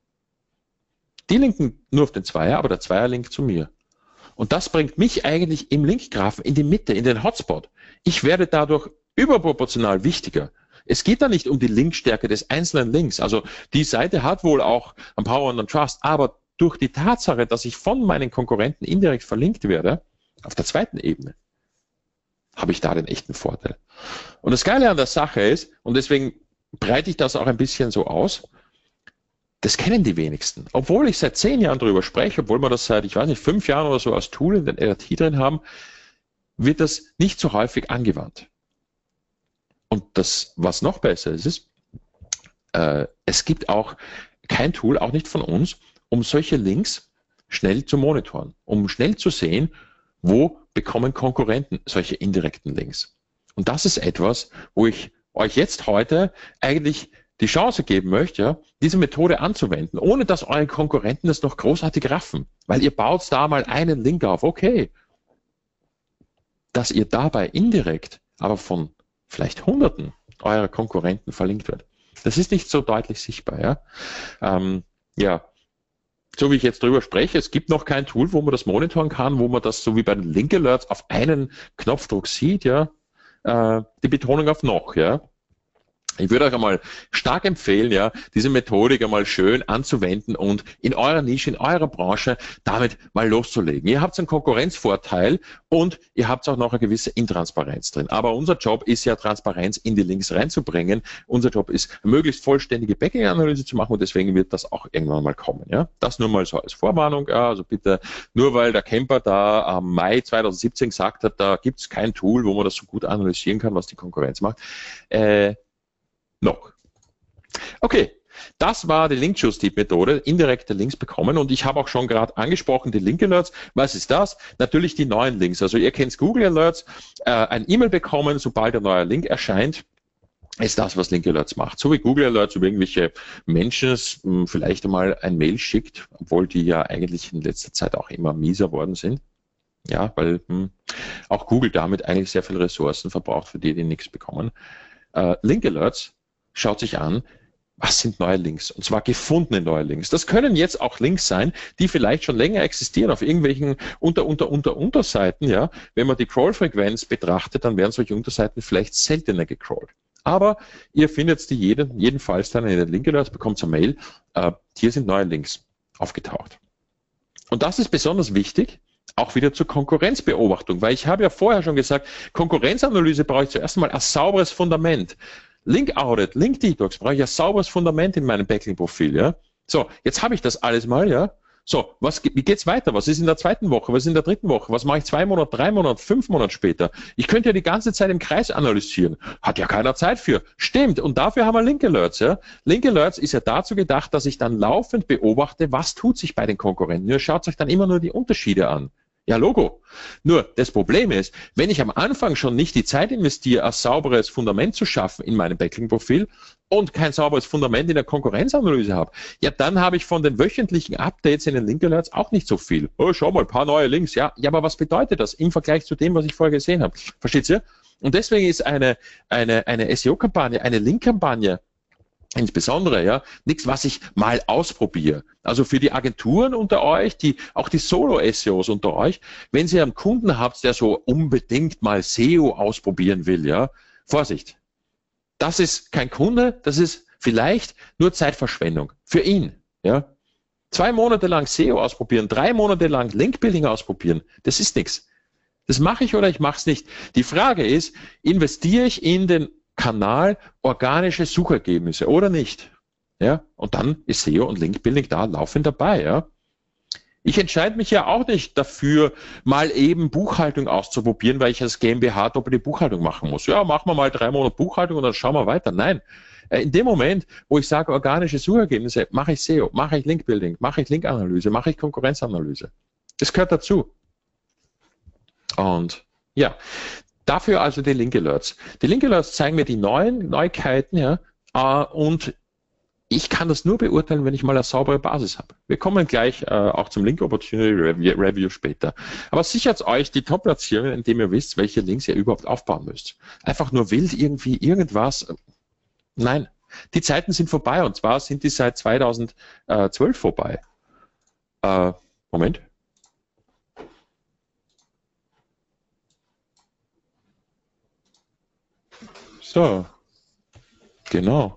Die linken nur auf den Zweier, aber der Zweier linkt zu mir. Und das bringt mich eigentlich im Linkgraphen in die Mitte, in den Hotspot. Ich werde dadurch überproportional wichtiger. Es geht da nicht um die Linkstärke des einzelnen Links. Also die Seite hat wohl auch ein Power und ein Trust, aber durch die Tatsache, dass ich von meinen Konkurrenten indirekt verlinkt werde, auf der zweiten Ebene, habe ich da den echten Vorteil. Und das Geile an der Sache ist, und deswegen breite ich das auch ein bisschen so aus, das kennen die wenigsten. Obwohl ich seit 10 Jahren darüber spreche, obwohl wir das seit, ich weiß nicht, 5 Jahren oder so als Tool in den RT drin haben, wird das nicht so häufig angewandt. Und das, was noch besser ist, es gibt auch kein Tool, auch nicht von uns, um solche Links schnell zu monitoren, um schnell zu sehen, wo bekommen Konkurrenten solche indirekten Links. Und das ist etwas, wo ich euch jetzt heute eigentlich die Chance geben möchte, ja, diese Methode anzuwenden, ohne dass eure Konkurrenten das noch großartig raffen. Weil ihr baut da mal einen Link auf, okay. Dass ihr dabei indirekt, aber von vielleicht Hunderten eurer Konkurrenten verlinkt wird. Das ist nicht so deutlich sichtbar. Ja, ja. So wie ich jetzt drüber spreche, es gibt noch kein Tool, wo man das monitoren kann, wo man das so wie bei den Link Alerts auf einen Knopfdruck sieht, ja. Die Betonung auf noch, ja. Ich würde euch einmal stark empfehlen, ja, diese Methodik einmal schön anzuwenden und in eurer Nische, in eurer Branche damit mal loszulegen. Ihr habt einen Konkurrenzvorteil und ihr habt auch noch eine gewisse Intransparenz drin. Aber unser Job ist ja, Transparenz in die Links reinzubringen. Unser Job ist, möglichst vollständige Backing-Analyse zu machen und deswegen wird das auch irgendwann mal kommen. Ja, das nur mal so als Vorwarnung. Ja, also bitte, nur weil der Kemper da am Mai 2017 gesagt hat, da gibt es kein Tool, wo man das so gut analysieren kann, was die Konkurrenz macht. Noch. Okay, das war die Link-Choose-Methode, indirekte Links bekommen und ich habe auch schon gerade angesprochen, die Link-Alerts. Was ist das? Natürlich die neuen Links. Also ihr kennt Google Alerts, ein E-Mail bekommen, sobald ein neuer Link erscheint, ist das, was Link Alerts macht. So wie Google Alerts über irgendwelche Menschen vielleicht einmal ein Mail schickt, obwohl die ja eigentlich in letzter Zeit auch immer mieser worden sind. Ja, weil auch Google damit eigentlich sehr viele Ressourcen verbraucht, für die nichts bekommen. Link Alerts schaut sich an, was sind neue Links? Und zwar gefundene neue Links. Das können jetzt auch Links sein, die vielleicht schon länger existieren auf irgendwelchen Unterseiten. Ja, wenn man die Crawl-Frequenz betrachtet, dann werden solche Unterseiten vielleicht seltener gecrawlt. Aber ihr findet die jedenfalls dann in den Link Alerts, bekommt eine Mail, hier sind neue Links aufgetaucht. Und das ist besonders wichtig, auch wieder zur Konkurrenzbeobachtung, weil ich habe ja vorher schon gesagt, Konkurrenzanalyse brauche ich zuerst einmal ein sauberes Fundament. Link Audit, Link Detox brauche ich ein sauberes Fundament in meinem Backlink-Profil. Ja? So, jetzt habe ich das alles mal, ja. So, wie geht's weiter? Was ist in der zweiten Woche? Was ist in der dritten Woche? Was mache ich 2 Monate, 3 Monate, 5 Monate später? Ich könnte ja die ganze Zeit im Kreis analysieren. Hat ja keiner Zeit für. Stimmt. Und dafür haben wir Link Alerts. Ja? Link Alerts ist ja dazu gedacht, dass ich dann laufend beobachte, was tut sich bei den Konkurrenten. Ihr schaut euch dann immer nur die Unterschiede an. Ja, Logo. Nur das Problem ist, wenn ich am Anfang schon nicht die Zeit investiere, ein sauberes Fundament zu schaffen in meinem Backlink-Profil und kein sauberes Fundament in der Konkurrenzanalyse habe, ja, dann habe ich von den wöchentlichen Updates in den Link-Alerts auch nicht so viel. Oh, schau mal, ein paar neue Links. Ja, aber was bedeutet das im Vergleich zu dem, was ich vorher gesehen habe? Versteht ihr? Und deswegen ist eine SEO-Kampagne, eine Link-Kampagne, insbesondere, ja, nichts, was ich mal ausprobiere. Also für die Agenturen unter euch, auch die Solo-SEOs unter euch, wenn ihr einen Kunden habt, der so unbedingt mal SEO ausprobieren will, ja, Vorsicht. Das ist kein Kunde, das ist vielleicht nur Zeitverschwendung für ihn, ja. 2 Monate lang SEO ausprobieren, 3 Monate lang Link-Building ausprobieren, das ist nichts. Das mache ich oder ich mache es nicht. Die Frage ist, investiere ich in den Kanal organische Suchergebnisse oder nicht? Ja, und dann ist SEO und Link-Building da laufend dabei. Ja. Ich entscheide mich ja auch nicht dafür, mal eben Buchhaltung auszuprobieren, weil ich als GmbH doppelte Buchhaltung machen muss. Ja, machen wir mal 3 Monate Buchhaltung und dann schauen wir weiter. Nein, in dem Moment, wo ich sage organische Suchergebnisse, mache ich SEO, mache ich Link-Building, mache ich Link-Analyse, mache ich Konkurrenzanalyse. Das gehört dazu. Und ja, dafür also die Link Alerts. Die Link Alerts zeigen mir die Neuigkeiten, ja, und ich kann das nur beurteilen, wenn ich mal eine saubere Basis habe. Wir kommen gleich auch zum Link Opportunity Review später. Aber sichert euch die Top-Platzierungen, indem ihr wisst, welche Links ihr überhaupt aufbauen müsst. Einfach nur wild irgendwie irgendwas. Nein, die Zeiten sind vorbei und zwar sind die seit 2012 vorbei. Moment. So, genau.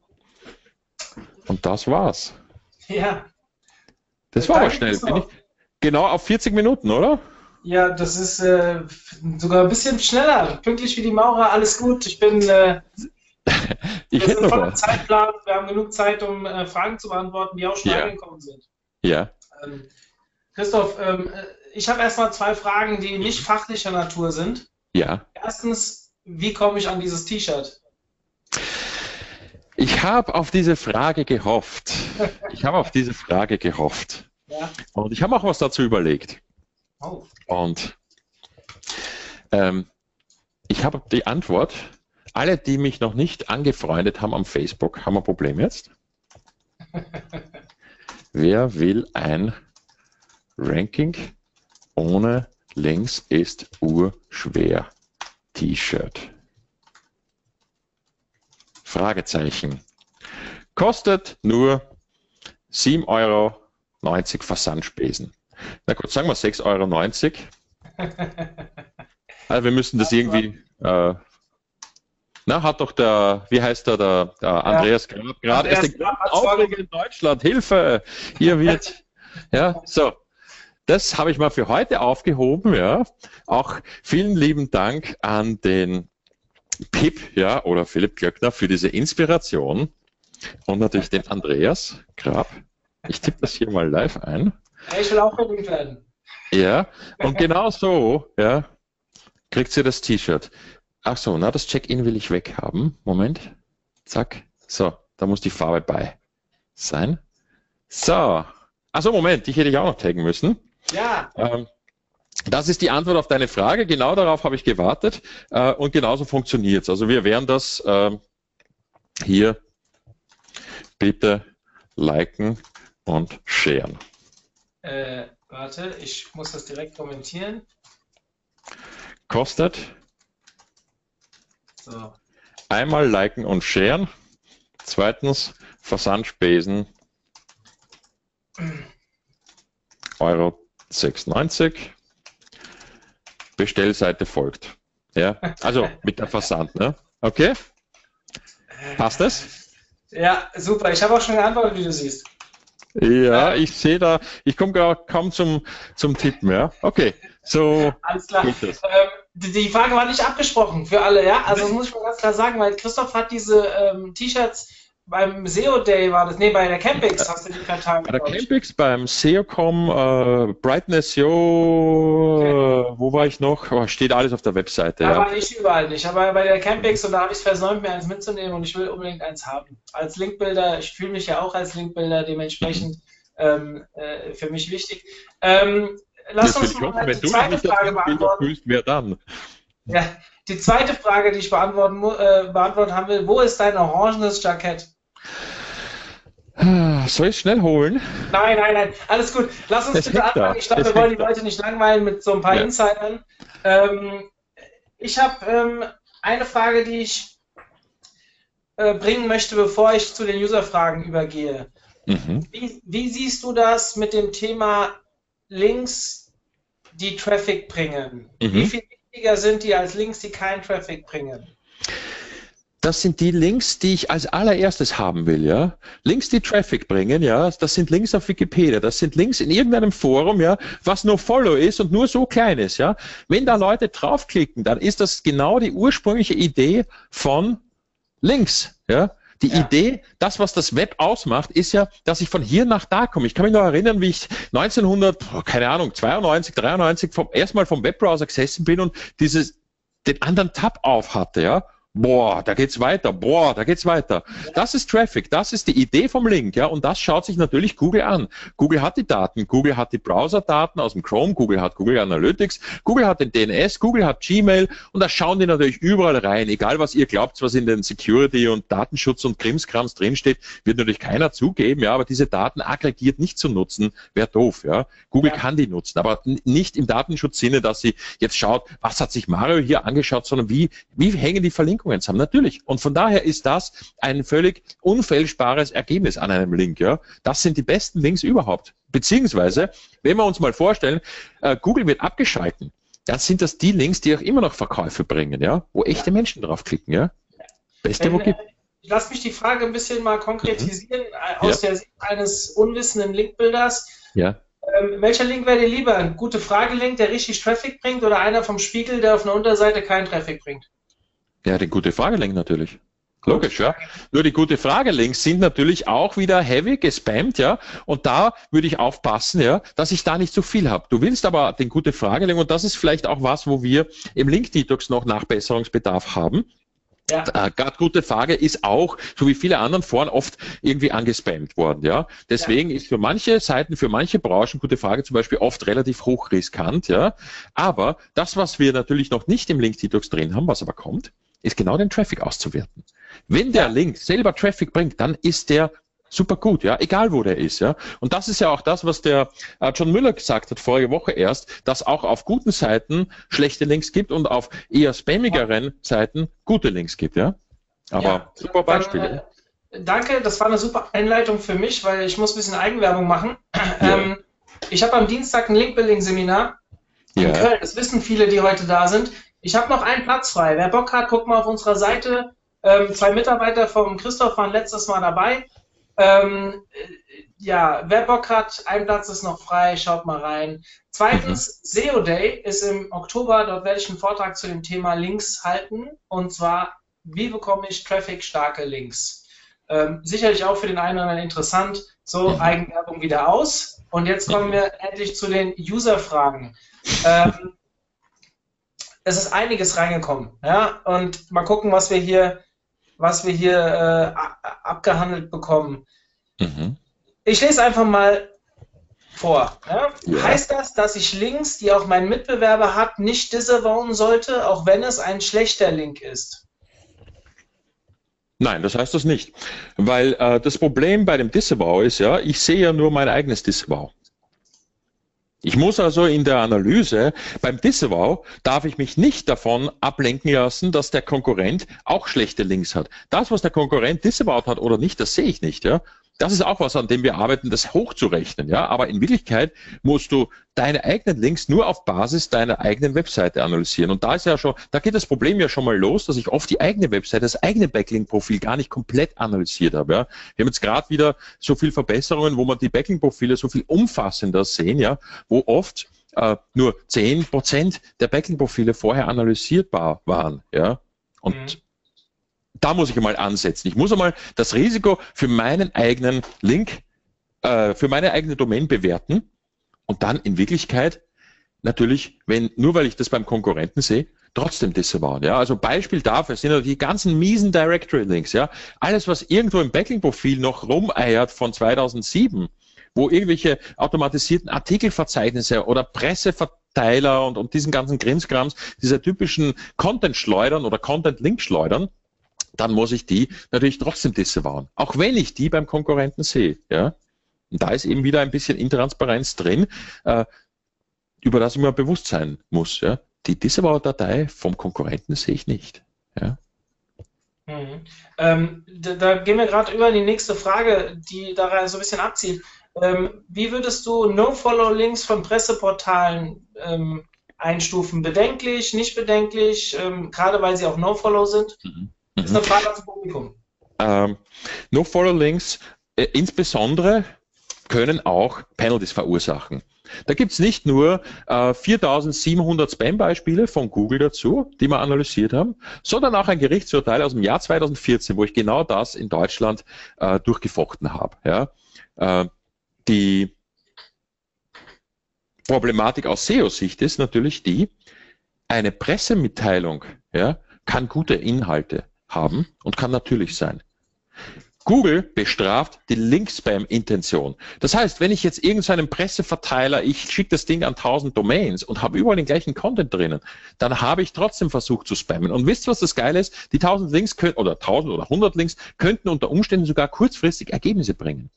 Und das war's. Ja. Das war aber schnell. Bin ich genau auf 40 Minuten, oder? Ja, das ist sogar ein bisschen schneller. Pünktlich wie die Maurer, alles gut. Ich bin. Wir sind voll im Zeitplan. Wir haben genug Zeit, um Fragen zu beantworten, die auch schon reingekommen sind. Ja. Christoph, ich habe erstmal 2 Fragen, die nicht fachlicher Natur sind. Ja. Erstens, wie komme ich an dieses T-Shirt? Ich habe auf diese Frage gehofft. Ja. Und ich habe auch was dazu überlegt. Oh. Und ich habe die Antwort. Alle, die mich noch nicht angefreundet haben am Facebook, haben ein Problem jetzt. Wer will ein Ranking ohne Links ist urschwer T-Shirt? Fragezeichen. Kostet nur 7,90 € Versandspesen. Na gut, sagen wir 6,90 €. Also wir müssen das irgendwie... hat doch wie heißt der Andreas Grab gerade erst den Aufreger in Deutschland, Hilfe! Hier wird, ja, so. Das habe ich mal für heute aufgehoben, ja. Auch vielen lieben Dank an den Pip, ja, oder Philipp Glöckner für diese Inspiration und natürlich den Andreas Grab. Ich tippe das hier mal live ein. Ich will auch verlinkt werden. Ja, und genau so, ja, kriegt ihr das T-Shirt. Ach so, na, das Check-in will ich weghaben. Moment. Zack. So, da muss die Farbe bei sein. So. Achso, Moment, ich hätte dich auch noch taggen müssen. Ja. Das ist die Antwort auf deine Frage. Genau darauf habe ich gewartet. Und genauso funktioniert es. Also wir werden das hier bitte liken und sharen. Warte, ich muss das direkt kommentieren. Kostet So. einmal liken und sharen. Zweitens Versandspesen Euro 96. Bestellseite folgt. Ja, also mit der Versand, ne? Okay? Passt das? Ja, super. Ich habe auch schon geantwortet, wie du siehst. Ja, ich sehe da, ich komme kaum zum Tippen, ja. Okay, so Alles klar. geht das. Die Frage war nicht abgesprochen für alle, ja? Also das muss ich mal ganz klar sagen, weil Christoph hat diese T-Shirts beim SEO Day war das, nee, bei der Campix hast du die verteilt. Bei der Campix, beim SEOcom, Brightness SEO, wo war ich noch? Oh, steht alles auf der Webseite. Da Ja. war ich überall nicht, aber bei der Campix und da habe ich es versäumt, mir eins mitzunehmen und ich will unbedingt eins haben. Als Linkbuilder, ich fühle mich ja auch als Linkbuilder, dementsprechend für mich wichtig. Lass uns mal die zweite Frage beantworten. Fühlst, wer dann? Ja, die zweite Frage, die ich beantworten haben will, wo ist dein orangenes Jackett? Soll ich schnell holen? Nein, alles gut. Lass uns bitte anfangen. Ich glaube, wir wollen die Leute nicht langweilen mit so ein paar Insidern. Ich habe eine Frage, die ich bringen möchte, bevor ich zu den User-Fragen übergehe. Wie siehst du das mit dem Thema Links, die Traffic bringen? Wie viel wichtiger sind die als Links, die keinen Traffic bringen? Das sind die Links, die ich als allererstes haben will, ja. Links, die Traffic bringen, ja. Das sind Links auf Wikipedia, das sind Links in irgendeinem Forum, ja, was nur Follow ist und nur so klein ist, ja. Wenn da Leute draufklicken, dann ist das genau die ursprüngliche Idee von Links, ja. Die Idee, das, was das Web ausmacht, ist ja, dass ich von hier nach da komme. Ich kann mich noch erinnern, wie ich 1992, 93 erstmal vom Webbrowser gesessen bin und den anderen Tab auf hatte, ja. Boah, da geht's weiter, boah, da geht's weiter. Das ist Traffic, das ist die Idee vom Link, ja, und das schaut sich natürlich Google an. Google hat die Daten, Google hat die Browser-Daten aus dem Chrome, Google hat Google Analytics, Google hat den DNS, Google hat Gmail und da schauen die natürlich überall rein, egal was ihr glaubt, was in den Security und Datenschutz und Krimskrams drinsteht, wird natürlich keiner zugeben, ja, aber diese Daten aggregiert nicht zu nutzen, wäre doof, ja. Google kann die nutzen, aber nicht im Datenschutzsinne, dass sie jetzt schaut, was hat sich Mario hier angeschaut, sondern wie hängen die Verlinkungen zusammen. Natürlich. Und von daher ist das ein völlig unfälschbares Ergebnis an einem Link. Ja? Das sind die besten Links überhaupt. Beziehungsweise, wenn wir uns mal vorstellen, Google wird abgeschalten, dann sind das die Links, die auch immer noch Verkäufe bringen, ja? Wo echte Menschen draufklicken. Ja? Beste, wo gibt. Lass mich die Frage ein bisschen mal konkretisieren aus der Sicht eines unwissenden Linkbuilders. Ja. Welcher Link wäre dir lieber? Ein gute Frage-Link, der richtig Traffic bringt, oder einer vom Spiegel, der auf einer Unterseite keinen Traffic bringt? Ja, die gute Frage-Link natürlich. Logisch, ja. Nur die gute Frage-Links sind natürlich auch wieder heavy gespammt, ja. Und da würde ich aufpassen, ja, dass ich da nicht zu viel habe. Du willst aber den gute Frage-Link, und das ist vielleicht auch was, wo wir im Link-Detox noch Nachbesserungsbedarf haben. Ja. Gerade gute Frage ist auch, so wie viele anderen Foren, oft irgendwie angespammt worden. Ja, deswegen ist für manche Seiten, für manche Branchen gute Frage zum Beispiel oft relativ hochriskant. Ja, aber das, was wir natürlich noch nicht im Link-Detox drin haben, was aber kommt, ist genau den Traffic auszuwerten. Wenn der Link selber Traffic bringt, dann ist der super gut, ja, egal wo der ist, ja. Und das ist ja auch das, was der John Müller gesagt hat vorige Woche erst, dass auch auf guten Seiten schlechte Links gibt und auf eher spammigeren Seiten gute Links gibt, ja. Aber super Beispiele. Danke, das war eine super Einleitung für mich, weil ich muss ein bisschen Eigenwerbung machen. Ja. Ich habe am Dienstag ein Link-Building-Seminar in Köln. Das wissen viele, die heute da sind. Ich habe noch einen Platz frei. Wer Bock hat, guckt mal auf unserer Seite. 2 Mitarbeiter vom Christoph waren letztes Mal dabei. Ja, wer Bock hat, ein Platz ist noch frei, schaut mal rein. Zweitens, SEO Day ist im Oktober, dort werde ich einen Vortrag zu dem Thema Links halten, und zwar, wie bekomme ich traffic-starke Links? Sicherlich auch für den einen oder anderen interessant, so Eigenwerbung wieder aus. Und jetzt kommen wir endlich zu den User-Fragen. Es ist einiges reingekommen, ja, und mal gucken, was wir hier abgehandelt bekommen. Ich lese einfach mal vor. Ja? Heißt das, dass ich Links, die auch mein Mitbewerber hat, nicht disavowen sollte, auch wenn es ein schlechter Link ist? Nein, das heißt das nicht. Weil das Problem bei dem Disavow ist ja, ich sehe ja nur mein eigenes Disavow. Ich muss also in der Analyse, beim Disavow darf ich mich nicht davon ablenken lassen, dass der Konkurrent auch schlechte Links hat. Das, was der Konkurrent disavowed hat oder nicht, das sehe ich nicht. Ja? Das ist auch was, an dem wir arbeiten, das hochzurechnen. Ja? Aber in Wirklichkeit musst du deine eigenen Links nur auf Basis deiner eigenen Webseite analysieren. Und da ist ja schon, da geht das Problem ja schon mal los, dass ich oft die eigene Webseite, das eigene Backlink-Profil gar nicht komplett analysiert habe. Ja? Wir haben jetzt gerade wieder so viel Verbesserungen, wo man die Backlink-Profile so viel umfassender sehen, ja, wo oft nur 10% der Backlink-Profile vorher analysierbar waren. Ja? Und da muss ich einmal ansetzen. Ich muss einmal das Risiko für meinen eigenen Link, für meine eigene Domain bewerten und dann in Wirklichkeit natürlich, nur weil ich das beim Konkurrenten sehe, trotzdem disavowen. Ja? Also Beispiel dafür sind ja die ganzen miesen Directory-Links. Ja? Alles, was irgendwo im Backlink-Profil noch rumeiert von 2007, wo irgendwelche automatisierten Artikelverzeichnisse oder Presseverteiler und diesen ganzen Krimskrams, diese typischen Content-Schleudern oder Content-Link-Schleudern, dann muss ich die natürlich trotzdem disavowen, auch wenn ich die beim Konkurrenten sehe. Ja? Und da ist eben wieder ein bisschen Intransparenz drin, über das ich mir bewusst sein muss. Ja? Die Disavow-Datei vom Konkurrenten sehe ich nicht. Ja? Da gehen wir gerade über die nächste Frage, die da so ein bisschen abzieht. Wie würdest du No-Follow-Links von Presseportalen einstufen? Bedenklich, nicht bedenklich, gerade weil sie auch No-Follow sind? Das ist eine Frage ans Publikum. No-Follow-Links insbesondere können auch Penalties verursachen. Da gibt es nicht nur 4700 Spam-Beispiele von Google dazu, die wir analysiert haben, sondern auch ein Gerichtsurteil aus dem Jahr 2014, wo ich genau das in Deutschland durchgefochten habe. Ja? Die Problematik aus SEO-Sicht ist natürlich die, eine Pressemitteilung, ja, kann gute Inhalte haben und kann natürlich sein. Google bestraft die Link-Spam-Intention. Das heißt, wenn ich jetzt irgendeinen Presseverteiler, ich schicke das Ding an 1000 Domains und habe überall den gleichen Content drinnen, dann habe ich trotzdem versucht zu spammen. Und wisst ihr, was das Geile ist? Die 1000 Links oder 1000 oder 100 Links könnten unter Umständen sogar kurzfristig Ergebnisse bringen.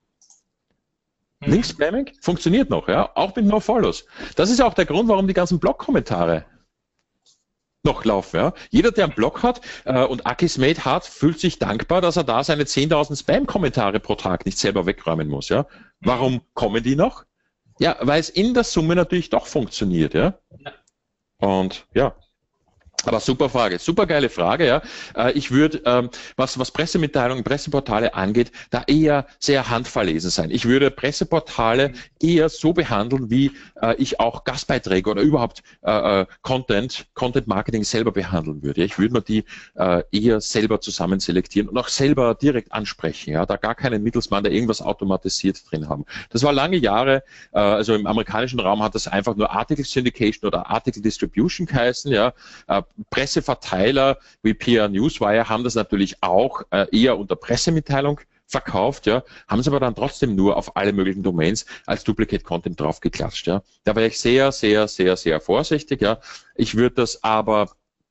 Link-Spamming funktioniert noch, ja, auch mit No-Follows. Das ist auch der Grund, warum die ganzen Blog-Kommentare noch laufen. Ja. Jeder, der einen Blog hat und Akismate hat, fühlt sich dankbar, dass er da seine 10.000 Spam-Kommentare pro Tag nicht selber wegräumen muss. Ja. Warum kommen die noch? Ja, weil es in der Summe natürlich doch funktioniert. Ja. Und ja. Aber super Frage, super geile Frage. Ja. Ich würde, was Pressemitteilungen, Presseportale angeht, da eher sehr handverlesen sein. Ich würde Presseportale eher so behandeln, wie ich auch Gastbeiträge oder überhaupt Content Marketing selber behandeln würde. Ich würde mir die eher selber zusammen selektieren und auch selber direkt ansprechen. Ja. Da gar keinen Mittelsmann, der irgendwas automatisiert drin haben. Das war lange Jahre, also im amerikanischen Raum hat das einfach nur Article Syndication oder Article Distribution geheißen. Ja. Presseverteiler wie PR Newswire haben das natürlich auch eher unter Pressemitteilung verkauft, ja, haben es aber dann trotzdem nur auf alle möglichen Domains als Duplicate Content draufgeklatscht. Ja. Da wäre ich sehr, sehr, sehr, sehr vorsichtig. Ja. Ich würde das aber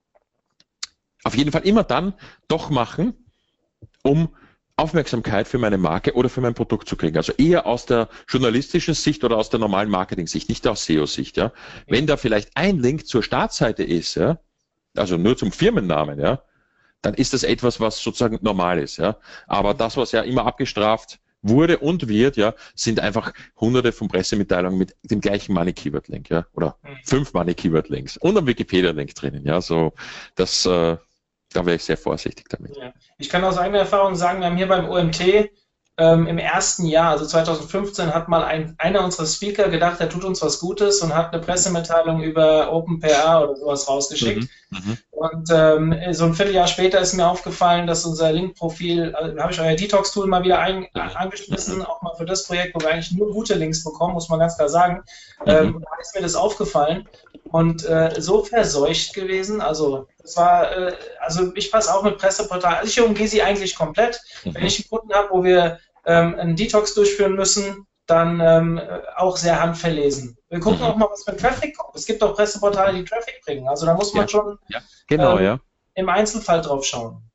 auf jeden Fall immer dann doch machen, um Aufmerksamkeit für meine Marke oder für mein Produkt zu kriegen. Also eher aus der journalistischen Sicht oder aus der normalen Marketing-Sicht, nicht aus SEO-Sicht. Ja. Wenn da vielleicht ein Link zur Startseite ist, ja, also nur zum Firmennamen, ja, dann ist das etwas, was sozusagen normal ist. Ja. Aber das, was ja immer abgestraft wurde und wird, ja, sind einfach hunderte von Pressemitteilungen mit dem gleichen Money-Keyword-Link, ja, oder 5 Money-Keyword-Links und einem Wikipedia-Link drinnen. Ja, so das, da wäre ich sehr vorsichtig damit. Ja. Ich kann aus eigener Erfahrung sagen, wir haben hier beim OMT im ersten Jahr, also 2015, hat mal einer unserer Speaker gedacht, er tut uns was Gutes und hat eine Pressemitteilung über OpenPR oder sowas rausgeschickt. Und so ein Vierteljahr später ist mir aufgefallen, dass unser Link-Profil, da habe ich euer Detox-Tool mal wieder angeschmissen, auch mal für das Projekt, wo wir eigentlich nur gute Links bekommen, muss man ganz klar sagen. Da ist mir das aufgefallen und so verseucht gewesen, also das war, also ich passe auch mit Presseportalen, also ich umgehe sie eigentlich komplett. Wenn ich einen Kunden habe, wo wir einen Detox durchführen müssen, dann auch sehr handverlesen. Wir gucken auch mal, was für Traffic kommt. Es gibt auch Presseportale, die Traffic bringen. Also da muss man schon genau, im Einzelfall drauf schauen.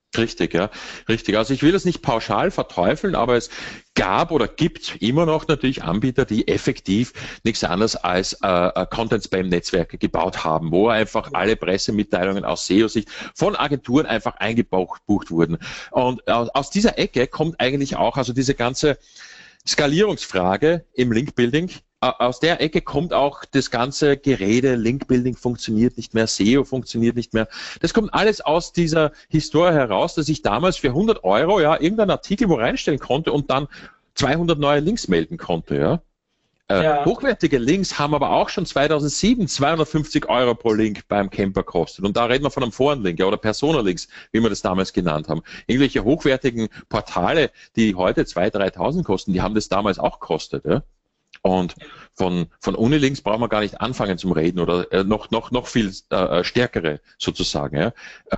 Richtig, ja, richtig. Also ich will das nicht pauschal verteufeln, aber es gab oder gibt immer noch natürlich Anbieter, die effektiv nichts anderes als Content-Spam-Netzwerke gebaut haben, wo einfach alle Pressemitteilungen aus SEO-Sicht von Agenturen einfach eingebucht wurden. Und aus dieser Ecke kommt eigentlich auch also diese ganze Skalierungsfrage im Link-Building. Aus der Ecke kommt auch das ganze Gerede, Link-Building funktioniert nicht mehr, SEO funktioniert nicht mehr. Das kommt alles aus dieser Historie heraus, dass ich damals für 100 Euro ja irgendeinen Artikel wo reinstellen konnte und dann 200 neue Links melden konnte. Ja. Hochwertige Links haben aber auch schon 2007 250 Euro pro Link beim Camper gekostet. Und da reden wir von einem Forenlink oder Persona-Links, wie wir das damals genannt haben. Irgendwelche hochwertigen Portale, die heute 2.000, 3.000 kosten, die haben das damals auch gekostet. Ja. Und von Unilinks brauchen wir gar nicht anfangen zum Reden oder noch viel stärkere sozusagen. Ja.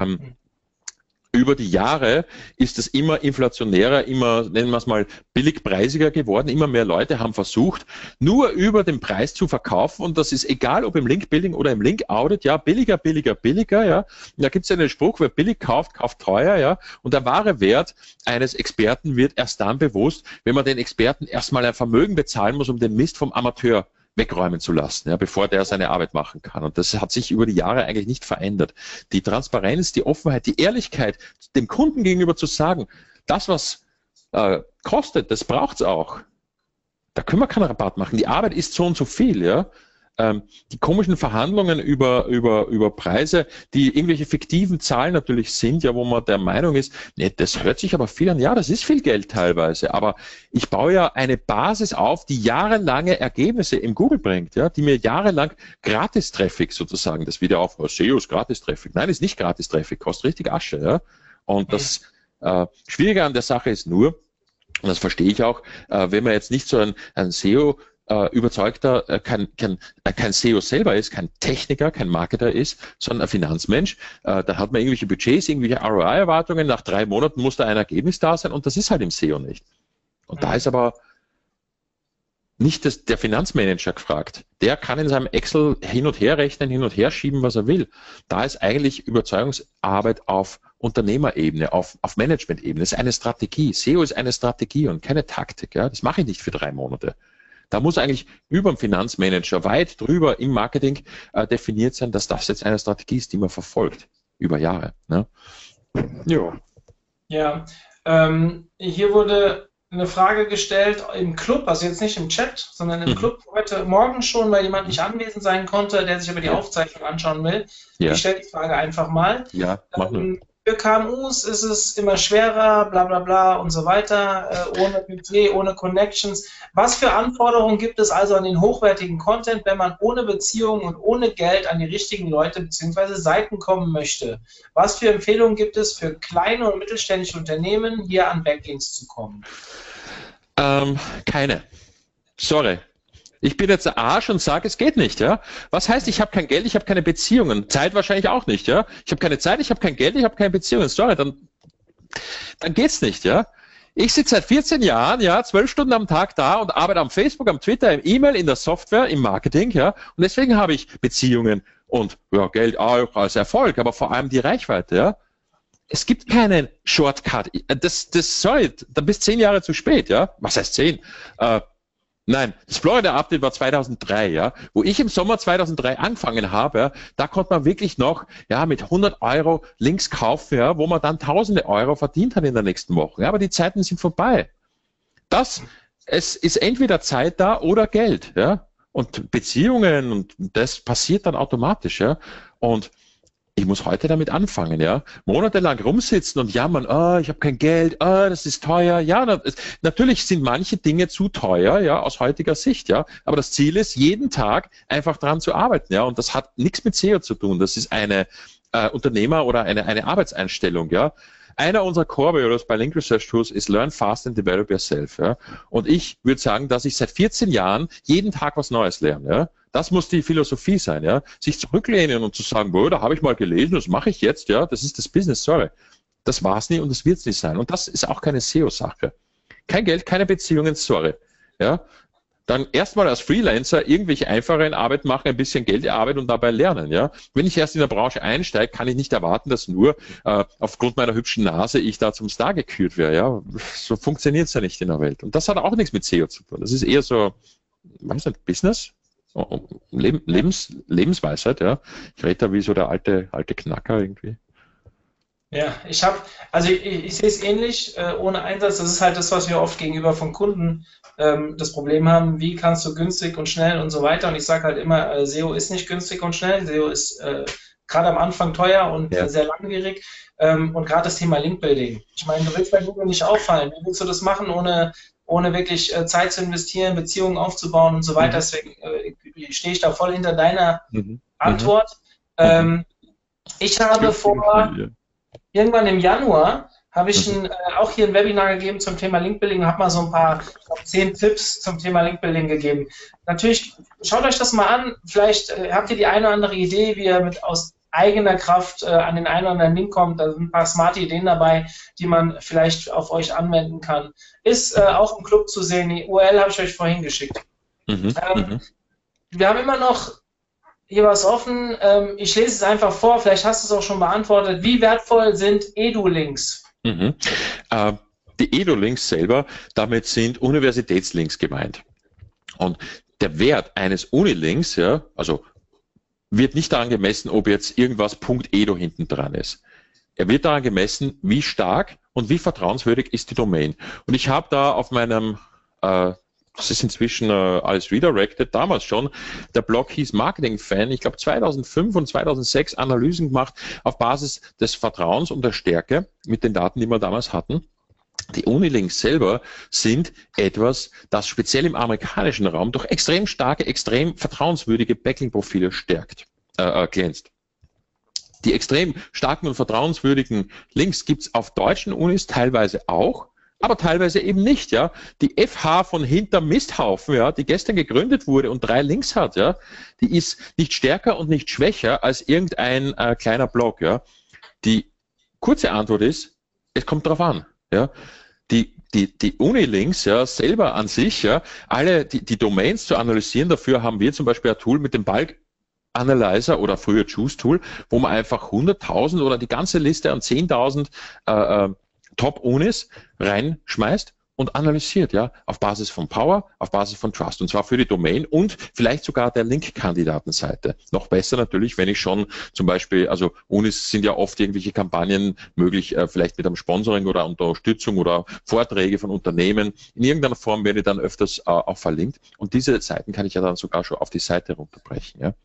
Über die Jahre ist es immer inflationärer, immer, nennen wir es mal, billigpreisiger geworden. Immer mehr Leute haben versucht, nur über den Preis zu verkaufen. Und das ist egal, ob im Link-Building oder im Link-Audit, ja, billiger, billiger, billiger, ja. Und da gibt es ja einen Spruch, wer billig kauft, kauft teuer, ja. Und der wahre Wert eines Experten wird erst dann bewusst, wenn man den Experten erstmal ein Vermögen bezahlen muss, um den Mist vom Amateur wegräumen zu lassen, ja, bevor der seine Arbeit machen kann. Und das hat sich über die Jahre eigentlich nicht verändert. Die Transparenz, die Offenheit, die Ehrlichkeit, dem Kunden gegenüber zu sagen, das, was kostet, das braucht's auch. Da können wir keinen Rabatt machen. Die Arbeit ist so und so viel, ja. Die komischen Verhandlungen über Preise, die irgendwelche fiktiven Zahlen natürlich sind, ja, wo man der Meinung ist, nee, das hört sich aber viel an, ja, das ist viel Geld teilweise, aber ich baue ja eine Basis auf, die jahrelange Ergebnisse im Google bringt, ja, die mir jahrelang Gratis-Traffic sozusagen, das wieder auf SEO ist Gratis-Traffic. Nein, ist nicht Gratis-Traffic, kostet richtig Asche, ja. Und das Schwierige an der Sache ist nur, und das verstehe ich auch, wenn man jetzt nicht so ein SEO überzeugter kein SEO selber ist, kein Techniker, kein Marketer ist, sondern ein Finanzmensch. Da hat man irgendwelche Budgets, irgendwelche ROI-Erwartungen. Nach 3 Monaten muss da ein Ergebnis da sein und das ist halt im SEO nicht. Und da ist aber nicht der Finanzmanager gefragt. Der kann in seinem Excel hin und her rechnen, hin und her schieben, was er will. Da ist eigentlich Überzeugungsarbeit auf Unternehmerebene, auf Management-Ebene. Das ist eine Strategie. SEO ist eine Strategie und keine Taktik. Ja? Das mache ich nicht für 3 Monate. Da muss eigentlich über dem Finanzmanager weit drüber im Marketing definiert sein, dass das jetzt eine Strategie ist, die man verfolgt über Jahre. Ne? Jo. Ja, hier wurde eine Frage gestellt im Club, also jetzt nicht im Chat, sondern im Club heute Morgen schon, weil jemand nicht anwesend sein konnte, der sich aber die Aufzeichnung anschauen will. Ja. Ich stelle die Frage einfach mal. Ja, mach nur. Für KMUs ist es immer schwerer, bla bla bla und so weiter, ohne Budget, ohne Connections. Was für Anforderungen gibt es also an den hochwertigen Content, wenn man ohne Beziehungen und ohne Geld an die richtigen Leute bzw. Seiten kommen möchte? Was für Empfehlungen gibt es für kleine und mittelständische Unternehmen, hier an Backlinks zu kommen? Keine. Sorry. Ich bin jetzt der Arsch und sage, es geht nicht, ja. Was heißt, ich habe kein Geld, ich habe keine Beziehungen? Zeit wahrscheinlich auch nicht, ja. Ich habe keine Zeit, ich habe kein Geld, ich habe keine Beziehungen. Sorry, dann geht's nicht, ja. Ich sitze seit 14 Jahren, ja, 12 Stunden am Tag da und arbeite am Facebook, am Twitter, im E-Mail, in der Software, im Marketing, ja. Und deswegen habe ich Beziehungen und ja, Geld auch als Erfolg, aber vor allem die Reichweite, ja. Es gibt keinen Shortcut. Sorry, da bist 10 Jahre zu spät, ja. Was heißt 10? Nein, das Florida-Update war 2003, ja, wo ich im Sommer 2003 angefangen habe, ja, da konnte man wirklich noch ja, mit 100 Euro Links kaufen, ja, wo man dann tausende Euro verdient hat in der nächsten Woche. Ja, aber die Zeiten sind vorbei. Es ist entweder Zeit da oder Geld. Ja, und Beziehungen und das passiert dann automatisch. Ja, und ich muss heute damit anfangen, ja. Monatelang rumsitzen und jammern, ich habe kein Geld, das ist teuer. Ja, natürlich sind manche Dinge zu teuer, ja, aus heutiger Sicht, ja. Aber das Ziel ist, jeden Tag einfach dran zu arbeiten, ja. Und das hat nichts mit SEO zu tun. Das ist eine Unternehmer- oder eine Arbeitseinstellung, ja. Einer unserer Core Values bei Link Research Tools ist Learn fast and develop yourself, ja. Und ich würde sagen, dass ich seit 14 Jahren jeden Tag was Neues lerne, ja. Das muss die Philosophie sein, ja. Sich zurücklehnen und zu sagen, da habe ich mal gelesen, das mache ich jetzt, ja. Das ist das Business, sorry. Das war's nie und das wird's nicht sein. Und das ist auch keine SEO-Sache. Kein Geld, keine Beziehungen, sorry, ja. dann erstmal als Freelancer irgendwelche einfachen Arbeit machen, ein bisschen Geld erarbeiten und dabei lernen. Ja? Wenn ich erst in der Branche einsteige, kann ich nicht erwarten, dass nur aufgrund meiner hübschen Nase ich da zum Star gekürt werde. Ja? So funktioniert es ja nicht in der Welt. Und das hat auch nichts mit SEO zu tun. Das ist eher so, weiß nicht, Business, Lebensweisheit. Ja? Ich rede da wie so der alte Knacker irgendwie. Ja, ich sehe es ähnlich, ohne Einsatz. Das ist halt das, was wir oft gegenüber von Kunden das Problem haben, wie kannst du günstig und schnell und so weiter. Und ich sage halt immer, SEO ist nicht günstig und schnell. SEO ist gerade am Anfang teuer und sehr langwierig. Und gerade das Thema Linkbuilding. Ich meine, du willst bei Google nicht auffallen. Wie willst du das machen, ohne wirklich Zeit zu investieren, Beziehungen aufzubauen und so weiter? Deswegen stehe ich da voll hinter deiner Antwort. Ich habe irgendwann im Januar habe ich auch hier ein Webinar gegeben zum Thema Linkbuilding und habe mal so ein paar, ich glaube, 10 Tipps zum Thema Linkbuilding gegeben. Natürlich, schaut euch das mal an, vielleicht habt ihr die eine oder andere Idee, wie ihr aus eigener Kraft an den einen oder anderen Link kommt. Da sind ein paar smarte Ideen dabei, die man vielleicht auf euch anwenden kann. Ist auch im Club zu sehen, die URL habe ich euch vorhin geschickt. Wir haben immer noch hier was offen. Ich lese es einfach vor, vielleicht hast du es auch schon beantwortet. Wie wertvoll sind Edu-Links? Die Edu-Links selber, damit sind Universitätslinks gemeint. Und der Wert eines Unilinks, ja, also wird nicht daran gemessen, ob jetzt irgendwas .edu hinten dran ist. Er wird daran gemessen, wie stark und wie vertrauenswürdig ist die Domain. Und ich habe da auf meinem das ist inzwischen alles redirected, damals schon. Der Blog hieß Marketing Fan, ich glaube 2005 und 2006 Analysen gemacht auf Basis des Vertrauens und der Stärke mit den Daten, die wir damals hatten. Die Unilinks selber sind etwas, das speziell im amerikanischen Raum durch extrem starke, extrem vertrauenswürdige Backlink-Profile glänzt. Die extrem starken und vertrauenswürdigen Links gibt es auf deutschen Unis teilweise auch, aber teilweise eben nicht, ja. Die FH von hinterm Misthaufen, ja, die gestern gegründet wurde und 3 Links hat, ja, die ist nicht stärker und nicht schwächer als irgendein kleiner Blog, ja. Die kurze Antwort ist, es kommt drauf an, ja. Die Unilinks, ja, selber an sich, ja, alle die Domains zu analysieren, dafür haben wir zum Beispiel ein Tool mit dem Bulk Analyzer oder früher Choose Tool, wo man einfach 100.000 oder die ganze Liste an 10.000 Top-Unis reinschmeißt und analysiert, ja, auf Basis von Power, auf Basis von Trust, und zwar für die Domain und vielleicht sogar der Link-Kandidatenseite. Noch besser natürlich, wenn ich schon zum Beispiel, also Unis sind ja oft irgendwelche Kampagnen möglich, vielleicht mit einem Sponsoring oder Unterstützung oder Vorträge von Unternehmen. In irgendeiner Form werde ich dann öfters auch verlinkt und diese Seiten kann ich ja dann sogar schon auf die Seite runterbrechen, ja.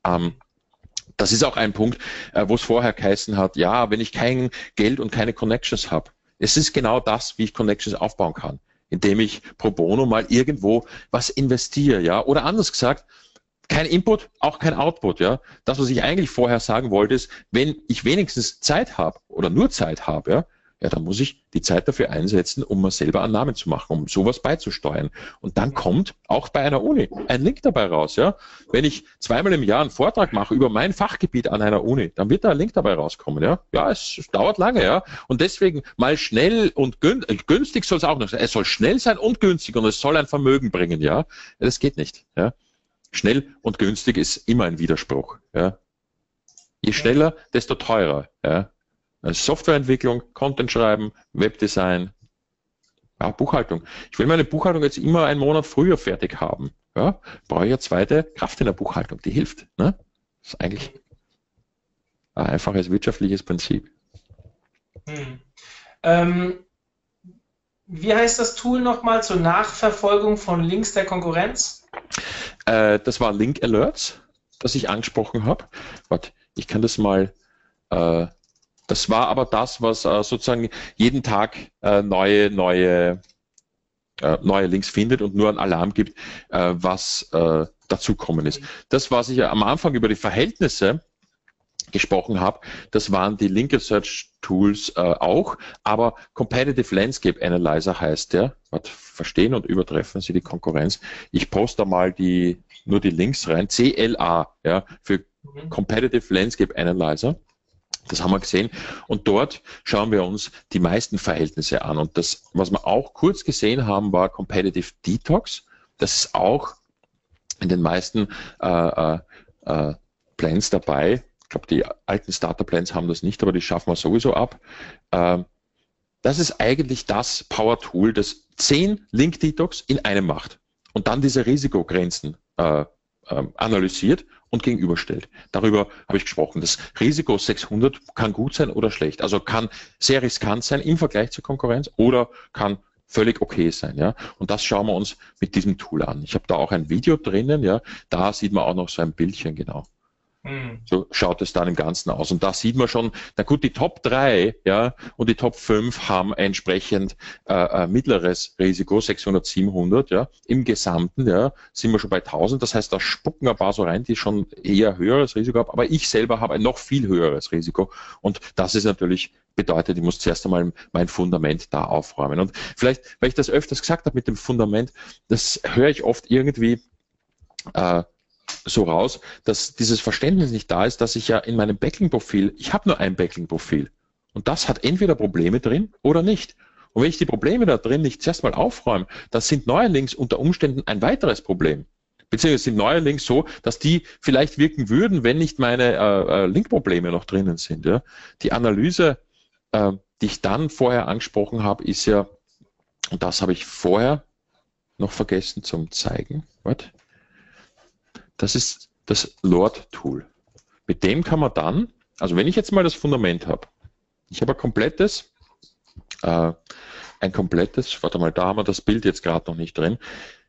Das ist auch ein Punkt, wo es vorher geheißen hat, ja, wenn ich kein Geld und keine Connections habe. Es ist genau das, wie ich Connections aufbauen kann, indem ich pro bono mal irgendwo was investiere, ja. Oder anders gesagt, kein Input, auch kein Output, ja. Das, was ich eigentlich vorher sagen wollte, ist, wenn ich wenigstens Zeit habe oder nur Zeit habe, ja, dann muss ich die Zeit dafür einsetzen, um mir selber einen Namen zu machen, um sowas beizusteuern. Und dann kommt auch bei einer Uni ein Link dabei raus. Ja? Wenn ich zweimal im Jahr einen Vortrag mache über mein Fachgebiet an einer Uni, dann wird da ein Link dabei rauskommen. Ja, es dauert lange. Ja? Und deswegen mal schnell und günstig soll es auch noch sein. Es soll schnell sein und günstig und es soll ein Vermögen bringen. Ja, das geht nicht. Ja? Schnell und günstig ist immer ein Widerspruch. Ja? Je schneller, desto teurer. Ja? Softwareentwicklung, Content schreiben, Webdesign, ja, Buchhaltung. Ich will meine Buchhaltung jetzt immer einen Monat früher fertig haben. Ja, brauche ich eine zweite Kraft in der Buchhaltung, die hilft. Ne? Das ist eigentlich ein einfaches wirtschaftliches Prinzip. Wie heißt das Tool nochmal zur Nachverfolgung von Links der Konkurrenz? Das war Link Alerts, das ich angesprochen habe. Warte, ich kann das mal... Das war aber das, was sozusagen jeden Tag neue Links findet und nur einen Alarm gibt, was dazukommen ist. Das, was ich am Anfang über die Verhältnisse gesprochen habe, das waren die Link Search Tools auch, aber Competitive Landscape Analyzer heißt der. Verstehen und übertreffen Sie die Konkurrenz. Ich poste da mal nur die Links rein. CLA, ja, für Competitive Landscape Analyzer. Das haben wir gesehen und dort schauen wir uns die meisten Verhältnisse an und das, was wir auch kurz gesehen haben, war Competitive Detox Das ist auch in den meisten Plans dabei. Ich glaube, die alten Starter-Plans haben das nicht, aber die schaffen wir sowieso ab. Das ist eigentlich das Power-Tool, das 10 Link-Detox in einem macht und dann diese Risikogrenzen analysiert und gegenüberstellt. Darüber habe ich gesprochen. Das Risiko 600 kann gut sein oder schlecht. Also kann sehr riskant sein im Vergleich zur Konkurrenz oder kann völlig okay sein. Ja? Und das schauen wir uns mit diesem Tool an. Ich habe da auch ein Video drinnen. Ja? Da sieht man auch noch so ein Bildchen genau. So schaut es dann im Ganzen aus. Und da sieht man schon, na gut, die Top 3 ja, und die Top 5 haben entsprechend mittleres Risiko, 600, 700. Ja. Im Gesamten ja, sind wir schon bei 1000. Das heißt, da spucken ein paar so rein, die schon eher höheres Risiko haben. Aber ich selber habe ein noch viel höheres Risiko. Und das ist natürlich bedeutet, ich muss zuerst einmal mein Fundament da aufräumen. Und vielleicht, weil ich das öfters gesagt habe mit dem Fundament, das höre ich oft irgendwie so raus, dass dieses Verständnis nicht da ist, dass ich ja in meinem Backlink-Profil, ich habe nur ein Backlink-Profil und das hat entweder Probleme drin oder nicht. Und wenn ich die Probleme da drin nicht zuerst mal aufräume, dann sind neue Links unter Umständen ein weiteres Problem. Beziehungsweise sind neue Links so, dass die vielleicht wirken würden, wenn nicht meine Link-Probleme noch drinnen sind. Ja. Die Analyse, die ich dann vorher angesprochen habe, ist ja, und das habe ich vorher noch vergessen zum Zeigen. What? Das ist das Lord-Tool. Mit dem kann man dann, also wenn ich jetzt mal das Fundament habe, ich habe ein komplettes, warte mal, da haben wir das Bild jetzt gerade noch nicht drin.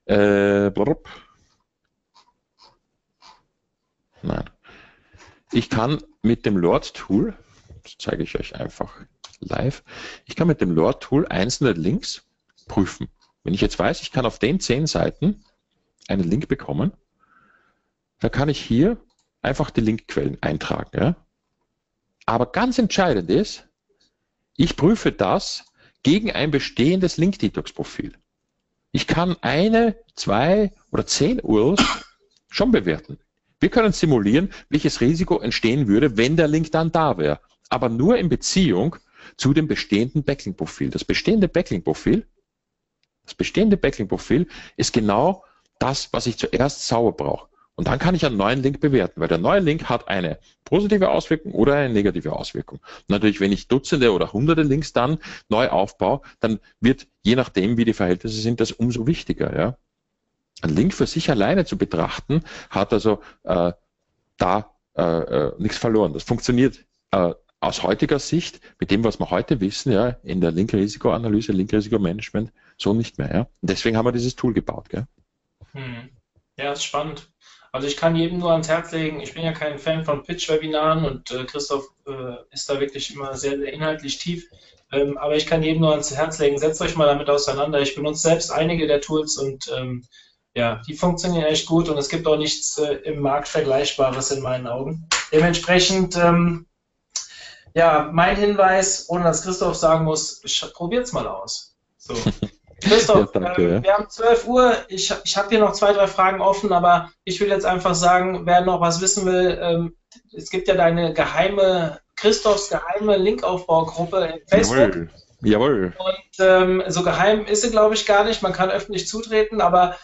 Nein. Ich kann mit dem Lord-Tool, das zeige ich euch einfach live, ich kann mit dem Lord-Tool einzelne Links prüfen. Wenn ich jetzt weiß, ich kann auf den 10 Seiten einen Link bekommen, da kann ich hier einfach die Linkquellen eintragen. Ja? Aber ganz entscheidend ist, ich prüfe das gegen ein bestehendes Link-Detox-Profil. Ich kann 1, 2 oder 10 URLs schon bewerten. Wir können simulieren, welches Risiko entstehen würde, wenn der Link dann da wäre. Aber nur in Beziehung zu dem bestehenden Backlink-Profil. Das bestehende Backlink-Profil ist genau das, was ich zuerst sauber brauche. Und dann kann ich einen neuen Link bewerten, weil der neue Link hat eine positive Auswirkung oder eine negative Auswirkung. Und natürlich, wenn ich Dutzende oder Hunderte Links dann neu aufbaue, dann wird, je nachdem, wie die Verhältnisse sind, das umso wichtiger. Ja? Ein Link für sich alleine zu betrachten, hat also nichts verloren. Das funktioniert aus heutiger Sicht, mit dem, was wir heute wissen, ja, in der Link-Risikoanalyse, Link-Risikomanagement, so nicht mehr. Ja? Und deswegen haben wir dieses Tool gebaut. Gell? Ja, ist spannend. Also ich kann jedem nur ans Herz legen, ich bin ja kein Fan von Pitch-Webinaren und Christoph ist da wirklich immer sehr, sehr inhaltlich tief, aber ich kann jedem nur ans Herz legen, setzt euch mal damit auseinander. Ich benutze selbst einige der Tools und ja, die funktionieren echt gut und es gibt auch nichts im Markt Vergleichbares in meinen Augen. Dementsprechend, ja, mein Hinweis, ohne dass Christoph sagen muss, probiert's mal aus. So. Christoph, ja, danke, wir haben 12 Uhr, ich habe hier noch 2, 3 Fragen offen, aber ich will jetzt einfach sagen, wer noch was wissen will, es gibt ja deine Christophs geheime Linkaufbaugruppe in Facebook. Jawohl. Und so geheim ist sie, glaube ich, gar nicht, man kann öffentlich zutreten, aber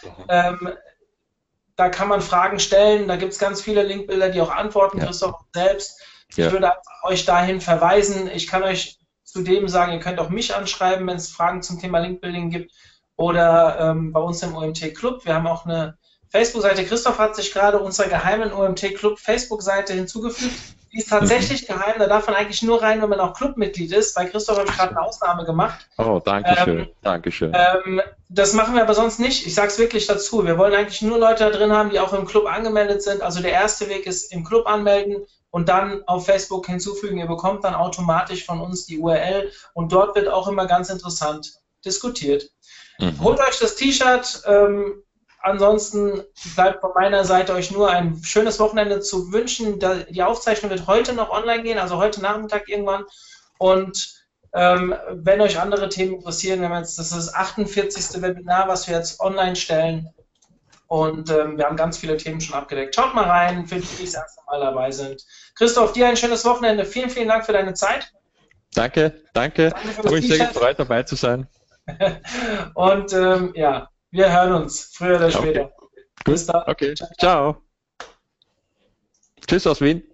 da kann man Fragen stellen, da gibt es ganz viele Linkbilder, die auch antworten, ja. Christoph selbst. Ja. Ich würde euch dahin verweisen, ich kann euch zudem sagen, ihr könnt auch mich anschreiben, wenn es Fragen zum Thema Linkbuilding gibt oder bei uns im OMT Club. Wir haben auch eine Facebook-Seite. Christoph hat sich gerade unserer geheimen OMT Club Facebook-Seite hinzugefügt. Die ist tatsächlich geheim, da darf man eigentlich nur rein, wenn man auch Clubmitglied ist. Bei Christoph habe ich gerade eine Ausnahme gemacht. Oh, danke schön. Dankeschön. Das machen wir aber sonst nicht. Ich sage es wirklich dazu. Wir wollen eigentlich nur Leute da drin haben, die auch im Club angemeldet sind. Also der erste Weg ist im Club anmelden und dann auf Facebook hinzufügen. Ihr bekommt dann automatisch von uns die URL und dort wird auch immer ganz interessant diskutiert. Holt euch das T-Shirt. Ansonsten bleibt von meiner Seite euch nur ein schönes Wochenende zu wünschen. Die Aufzeichnung wird heute noch online gehen, also heute Nachmittag irgendwann. Und wenn euch andere Themen interessieren, das ist das 48. Webinar, was wir jetzt online stellen. Und wir haben ganz viele Themen schon abgedeckt. Schaut mal rein, für die, die das erste Mal dabei sind. Christoph, dir ein schönes Wochenende. Vielen, vielen Dank für deine Zeit. Danke. Habe mich sehr gefreut, dabei zu sein. Und ja, Wir hören uns, früher oder später. Okay. Bis Gut, dann. okay, ciao. Tschüss aus Wien.